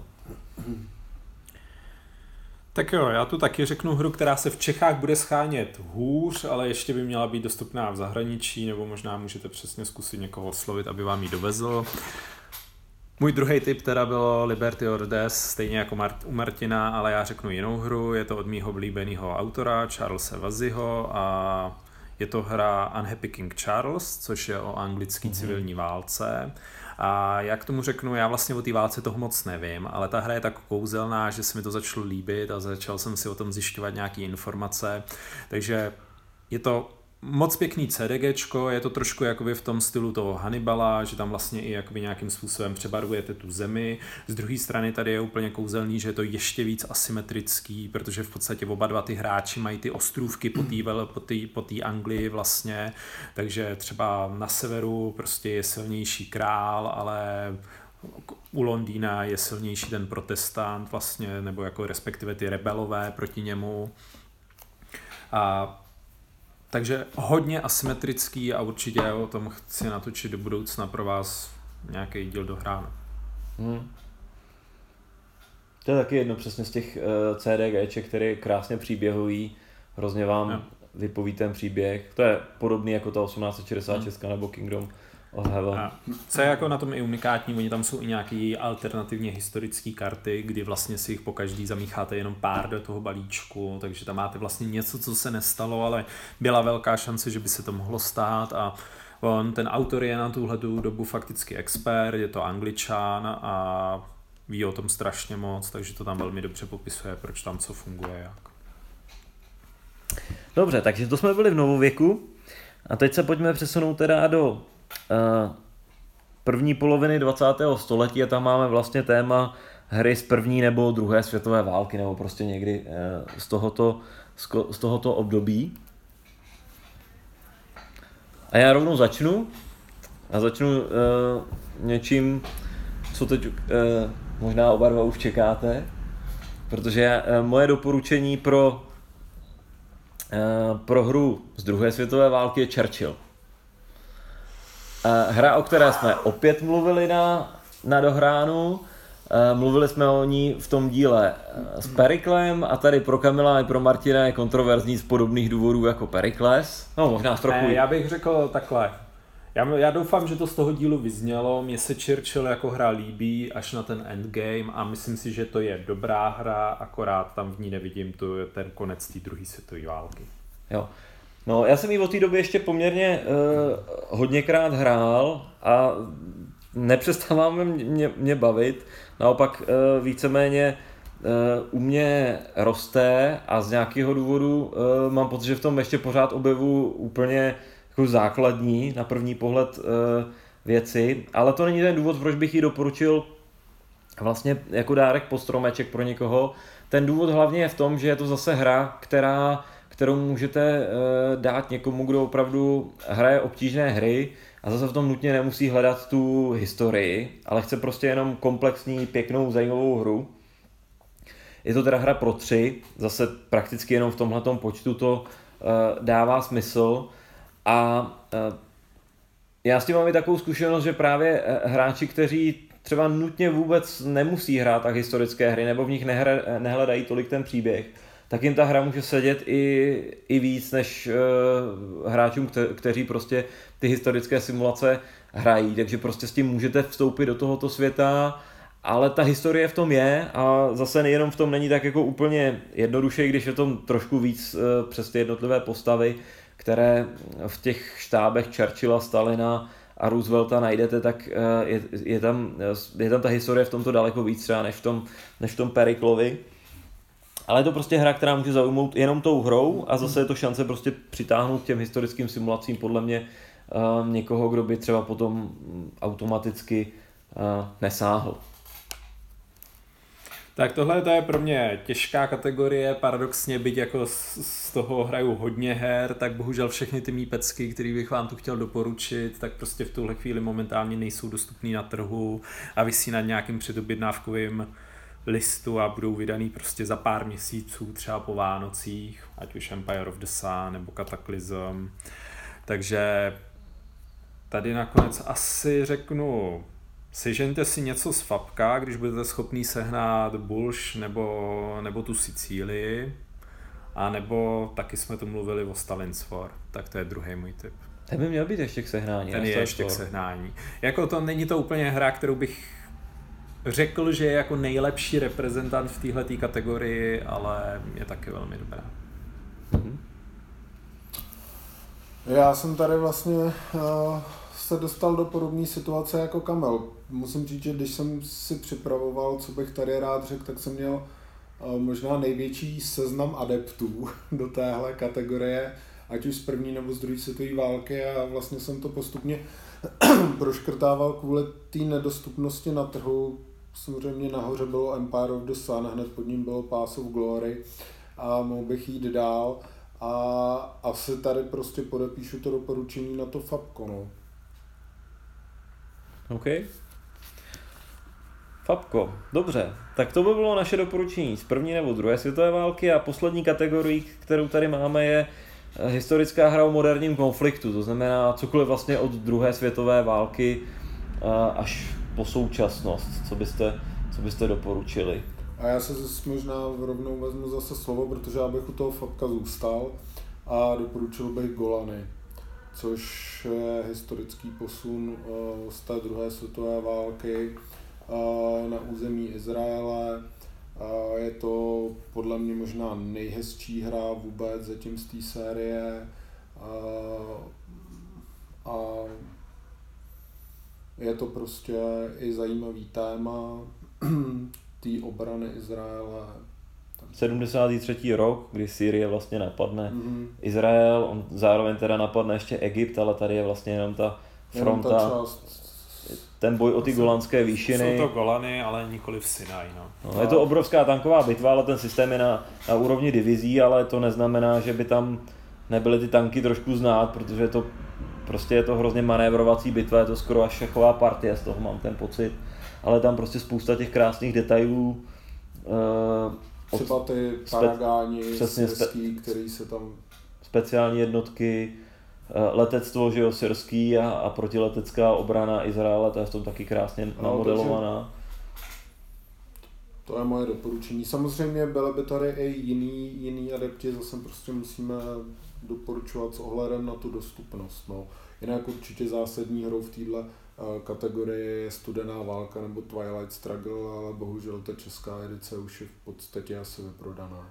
Tak jo, já tu taky řeknu hru, která se v Čechách bude schánět hůř, ale ještě by měla být dostupná v zahraničí, nebo možná můžete přesně zkusit někoho oslovit, aby vám ji dovezl. Můj druhý tip teda bylo Liberty Ordes, stejně jako u Martina, ale já řeknu jinou hru, je to od mýho oblíbeného autora, Charlesa Vazyho, a je to hra Unhappy King Charles, což je o anglické civilní válce. A jak tomu řeknu, já vlastně o té válce toho moc nevím, ale ta hra je tak kouzelná, že se mi to začalo líbit a začal jsem si o tom zjišťovat nějaké informace. Takže je to moc pěkný CDGčko, je to trošku jakoby v tom stylu toho Hannibala, že tam vlastně i jakoby nějakým způsobem přebarvujete tu zemi. Z druhé strany tady je úplně kouzelný, že je to ještě víc asymetrický, protože v podstatě oba dva ty hráči mají ty ostrůvky po té Anglii vlastně, takže třeba na severu prostě je silnější král, ale u Londýna je silnější ten protestant vlastně, nebo jako respektive ty rebelové proti němu. Takže hodně asymetrický a určitě o tom chci natočit do budoucna pro vás nějaký díl dohrán. To je taky jedno přesně z těch CDGček, který je krásně příběhový, hrozně vám vypoví ten příběh. To je podobný jako ta 1866 nebo Kingdom of Heaven. Co je jako na tom i unikátní, oni tam jsou i nějaký alternativně historické karty, kdy vlastně si jich po každý zamícháte jenom pár do toho balíčku, takže tam máte vlastně něco, co se nestalo, ale byla velká šance, že by se to mohlo stát a ten autor je na tuhletu dobu fakticky expert, je to Angličan a ví o tom strašně moc, takže to tam velmi dobře popisuje, proč tam co funguje, jak. Dobře, takže to jsme byli v novověku a teď se pojďme přesunout teda do první poloviny 20. století a tam máme vlastně téma hry z první nebo druhé světové války, nebo prostě někdy z tohoto období. A já rovnou začnu něčím, co teď možná oba dva už čekáte, protože moje doporučení pro hru z druhé světové války je Churchill. Hra, o které jsme opět mluvili na dohránu, mluvili jsme o ní v tom díle s Periklem a tady pro Kamila i pro Martina je kontroverzní z podobných důvodů jako Perikles. No možná trochu. Já bych řekl takhle. Já doufám, že to z toho dílu vyznělo. Mně se Churchill jako hra líbí až na ten endgame a myslím si, že to je dobrá hra, akorát tam v ní nevidím ten konec té druhé světové války. Jo. No, já jsem ji od té doby ještě poměrně hodněkrát hrál a nepřestává mě bavit. Naopak víceméně u mě roste a z nějakého důvodu mám pocit, že v tom ještě pořád objevu úplně jako základní na první pohled věci, ale to není ten důvod, proč bych ji doporučil vlastně jako dárek pod stromeček pro někoho. Ten důvod hlavně je v tom, že je to zase hra, kterou můžete dát někomu, kdo opravdu hraje obtížné hry a zase v tom nutně nemusí hledat tu historii, ale chce prostě jenom komplexní, pěknou, zajímavou hru. Je to teda hra pro 3, zase prakticky jenom v tomhletom počtu to dává smysl a já s tím mám i takovou zkušenost, že právě hráči, kteří třeba nutně vůbec nemusí hrát tak historické hry nebo v nich nehledají tolik ten příběh, tak jim ta hra může sedět i víc než hráčům, kteří prostě ty historické simulace hrají, takže prostě s tím můžete vstoupit do tohoto světa, ale ta historie v tom je a zase nejenom v tom není tak jako úplně jednoduše, když je to trošku víc přes ty jednotlivé postavy, které v těch štábech Churchilla, Stalina a Roosevelta najdete, tak je tam ta historie v tomto daleko víc třeba než v tom Periklovi. Ale je to prostě hra, která může zaujmout jenom tou hrou a zase je to šance prostě přitáhnout k těm historickým simulacím podle mě někoho, kdo by třeba potom automaticky nesáhl. Tak tohle to je pro mě těžká kategorie, paradoxně, byť jako z toho hraju hodně her, tak bohužel všechny ty mý pecky, který bych vám tu chtěl doporučit, tak prostě v tuhle chvíli momentálně nejsou dostupný na trhu a visí nad nějakým předobjednávkovým listu a budou vydaný prostě za pár měsíců, třeba po Vánocích, ať už Empire of the Sun nebo Cataclysm. Takže tady nakonec asi řeknu, sežeňte si něco z Fabka, když budete schopný sehnat Bulš nebo tu Sicílii, a nebo taky jsme tu mluvili o Stalinsford, tak to je druhý můj tip. Ten by měl být ještě k sehnání. Ten je ještě k sehnání. Jako to není to úplně hra, kterou bych řekl, že je jako nejlepší reprezentant v téhletý kategorii, ale je taky velmi dobrá. Já jsem tady vlastně se dostal do podobné situace jako Kamel. Musím říct, že když jsem si připravoval, co bych tady rád řekl, tak jsem měl možná největší seznam adeptů do téhle kategorie, ať už z první nebo z druhé světové války, a vlastně jsem to postupně proškrtával kvůli té nedostupnosti na trhu. Samozřejmě nahoře bylo Empire of the Sun, hned pod ním bylo Path of Glory a mohl bych jít dál. A asi tady prostě podepíšu to doporučení na to Fabko, no. OK. Fabko, dobře. Tak to by bylo naše doporučení z první nebo druhé světové války a poslední kategorii, kterou tady máme, je historická hra o moderním konfliktu. To znamená cokoliv vlastně od druhé světové války až po současnost. Co byste doporučili? A já se možná rovnou vezmu zase slovo, protože já bych u toho Fabka zůstal a doporučil bych Golany, což je historický posun z té druhé světové války na území Izraele. Je to podle mě možná nejhezčí hra vůbec zatím z té série a je to prostě i zajímavý téma té obrany Izraele. 73. rok, kdy Sýrie vlastně napadne Izrael, on zároveň teda napadne ještě Egypt, ale tady je vlastně jenom ta fronta, ten boj o ty golanské výšiny. Jsou to Golany, ale nikoli v Sinaj. No, je to obrovská tanková bitva, ale ten systém je na úrovni divizí, ale to neznamená, že by tam nebyly ty tanky trošku znát, protože je to hrozně manévrovací bitva, je to skoro až šachová partie, z toho mám ten pocit. Ale tam prostě spousta těch krásných detailů. Třeba ty paragáni syrský, který se tam... Speciální jednotky, letectvo, že jo, syrský a protiletecká obrana Izraele, to je v tom taky krásně namodelovaná. To je moje doporučení. Samozřejmě byly by tady i jiný adepti, zase prostě musíme doporučovat s ohledem na tu dostupnost. No. Jinak určitě zásadní hrou v této kategorii je Studená válka nebo Twilight Struggle, ale bohužel ta česká edice už je v podstatě asi vyprodaná.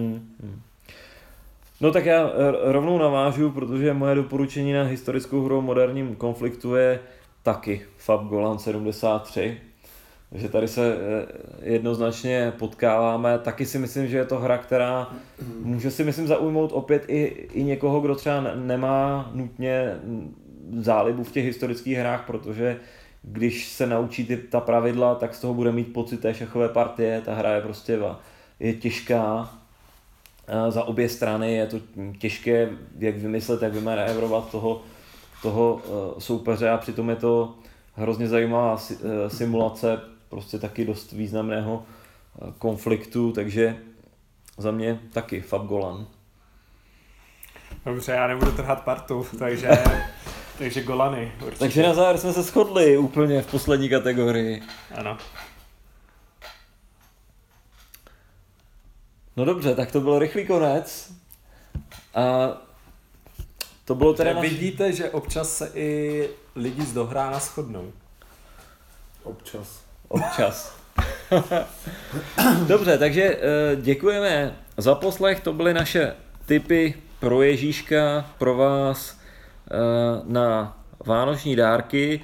No tak já rovnou navážu, protože moje doporučení na historickou hru o moderním konfliktu je taky Fab Golan 73. Takže tady se jednoznačně potkáváme. Taky si myslím, že je to hra, která může si myslím zaujmout opět i někoho, kdo třeba nemá nutně zálibu v těch historických hrách, protože když se naučí ta pravidla, tak z toho bude mít pocit té šachové partie. Ta hra je těžká za obě strany, je to těžké, jak vymyslet, jak vymanévrovat toho soupeře, a přitom je to hrozně zajímavá simulace prostě taky dost významného konfliktu, takže za mě taky Fab Golan. Dobře, já nebudu trhat partu, takže Golany určitě. Takže na závěr jsme se shodli úplně v poslední kategorii. Ano. No dobře, tak to byl rychlý konec. A to bylo teda Vidíte, že občas se i lidi z Dohrána shodnou. Občas. Dobře, takže děkujeme za poslech, to byly naše tipy pro Ježíška, pro vás na vánoční dárky.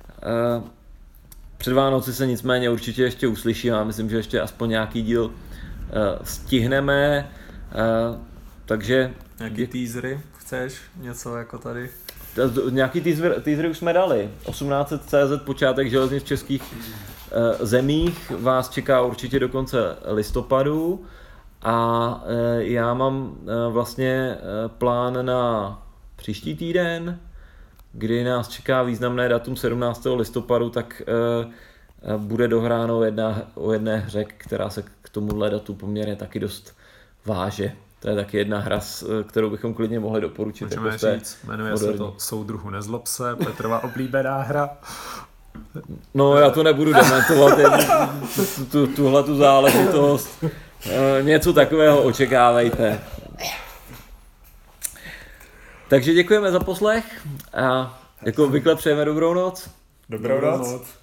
Před Vánoci se nicméně určitě ještě uslyšíme a myslím, že ještě aspoň nějaký díl stihneme, takže... Nějaký teasery chceš? Něco jako tady? Nějaký teasery už jsme dali. 1800 CZ počátek železnic českých zemích vás čeká určitě do konce listopadu a já mám vlastně plán na příští týden, kdy nás čeká významné datum 17. listopadu, tak bude dohráno o jedné hře, která se k tomuhle datu poměrně taky dost váže. To je taky jedna hra, kterou bychom klidně mohli doporučit. Můžeme jako říct, jmenuje se to Soudruhu nezlob se, Petrova oblíbená hra. No já to nebudu dementovat, tuhle tu záležitost. Něco takového očekávejte. Takže děkujeme za poslech a jako obvykle přejeme dobrou noc. Dobrou noc.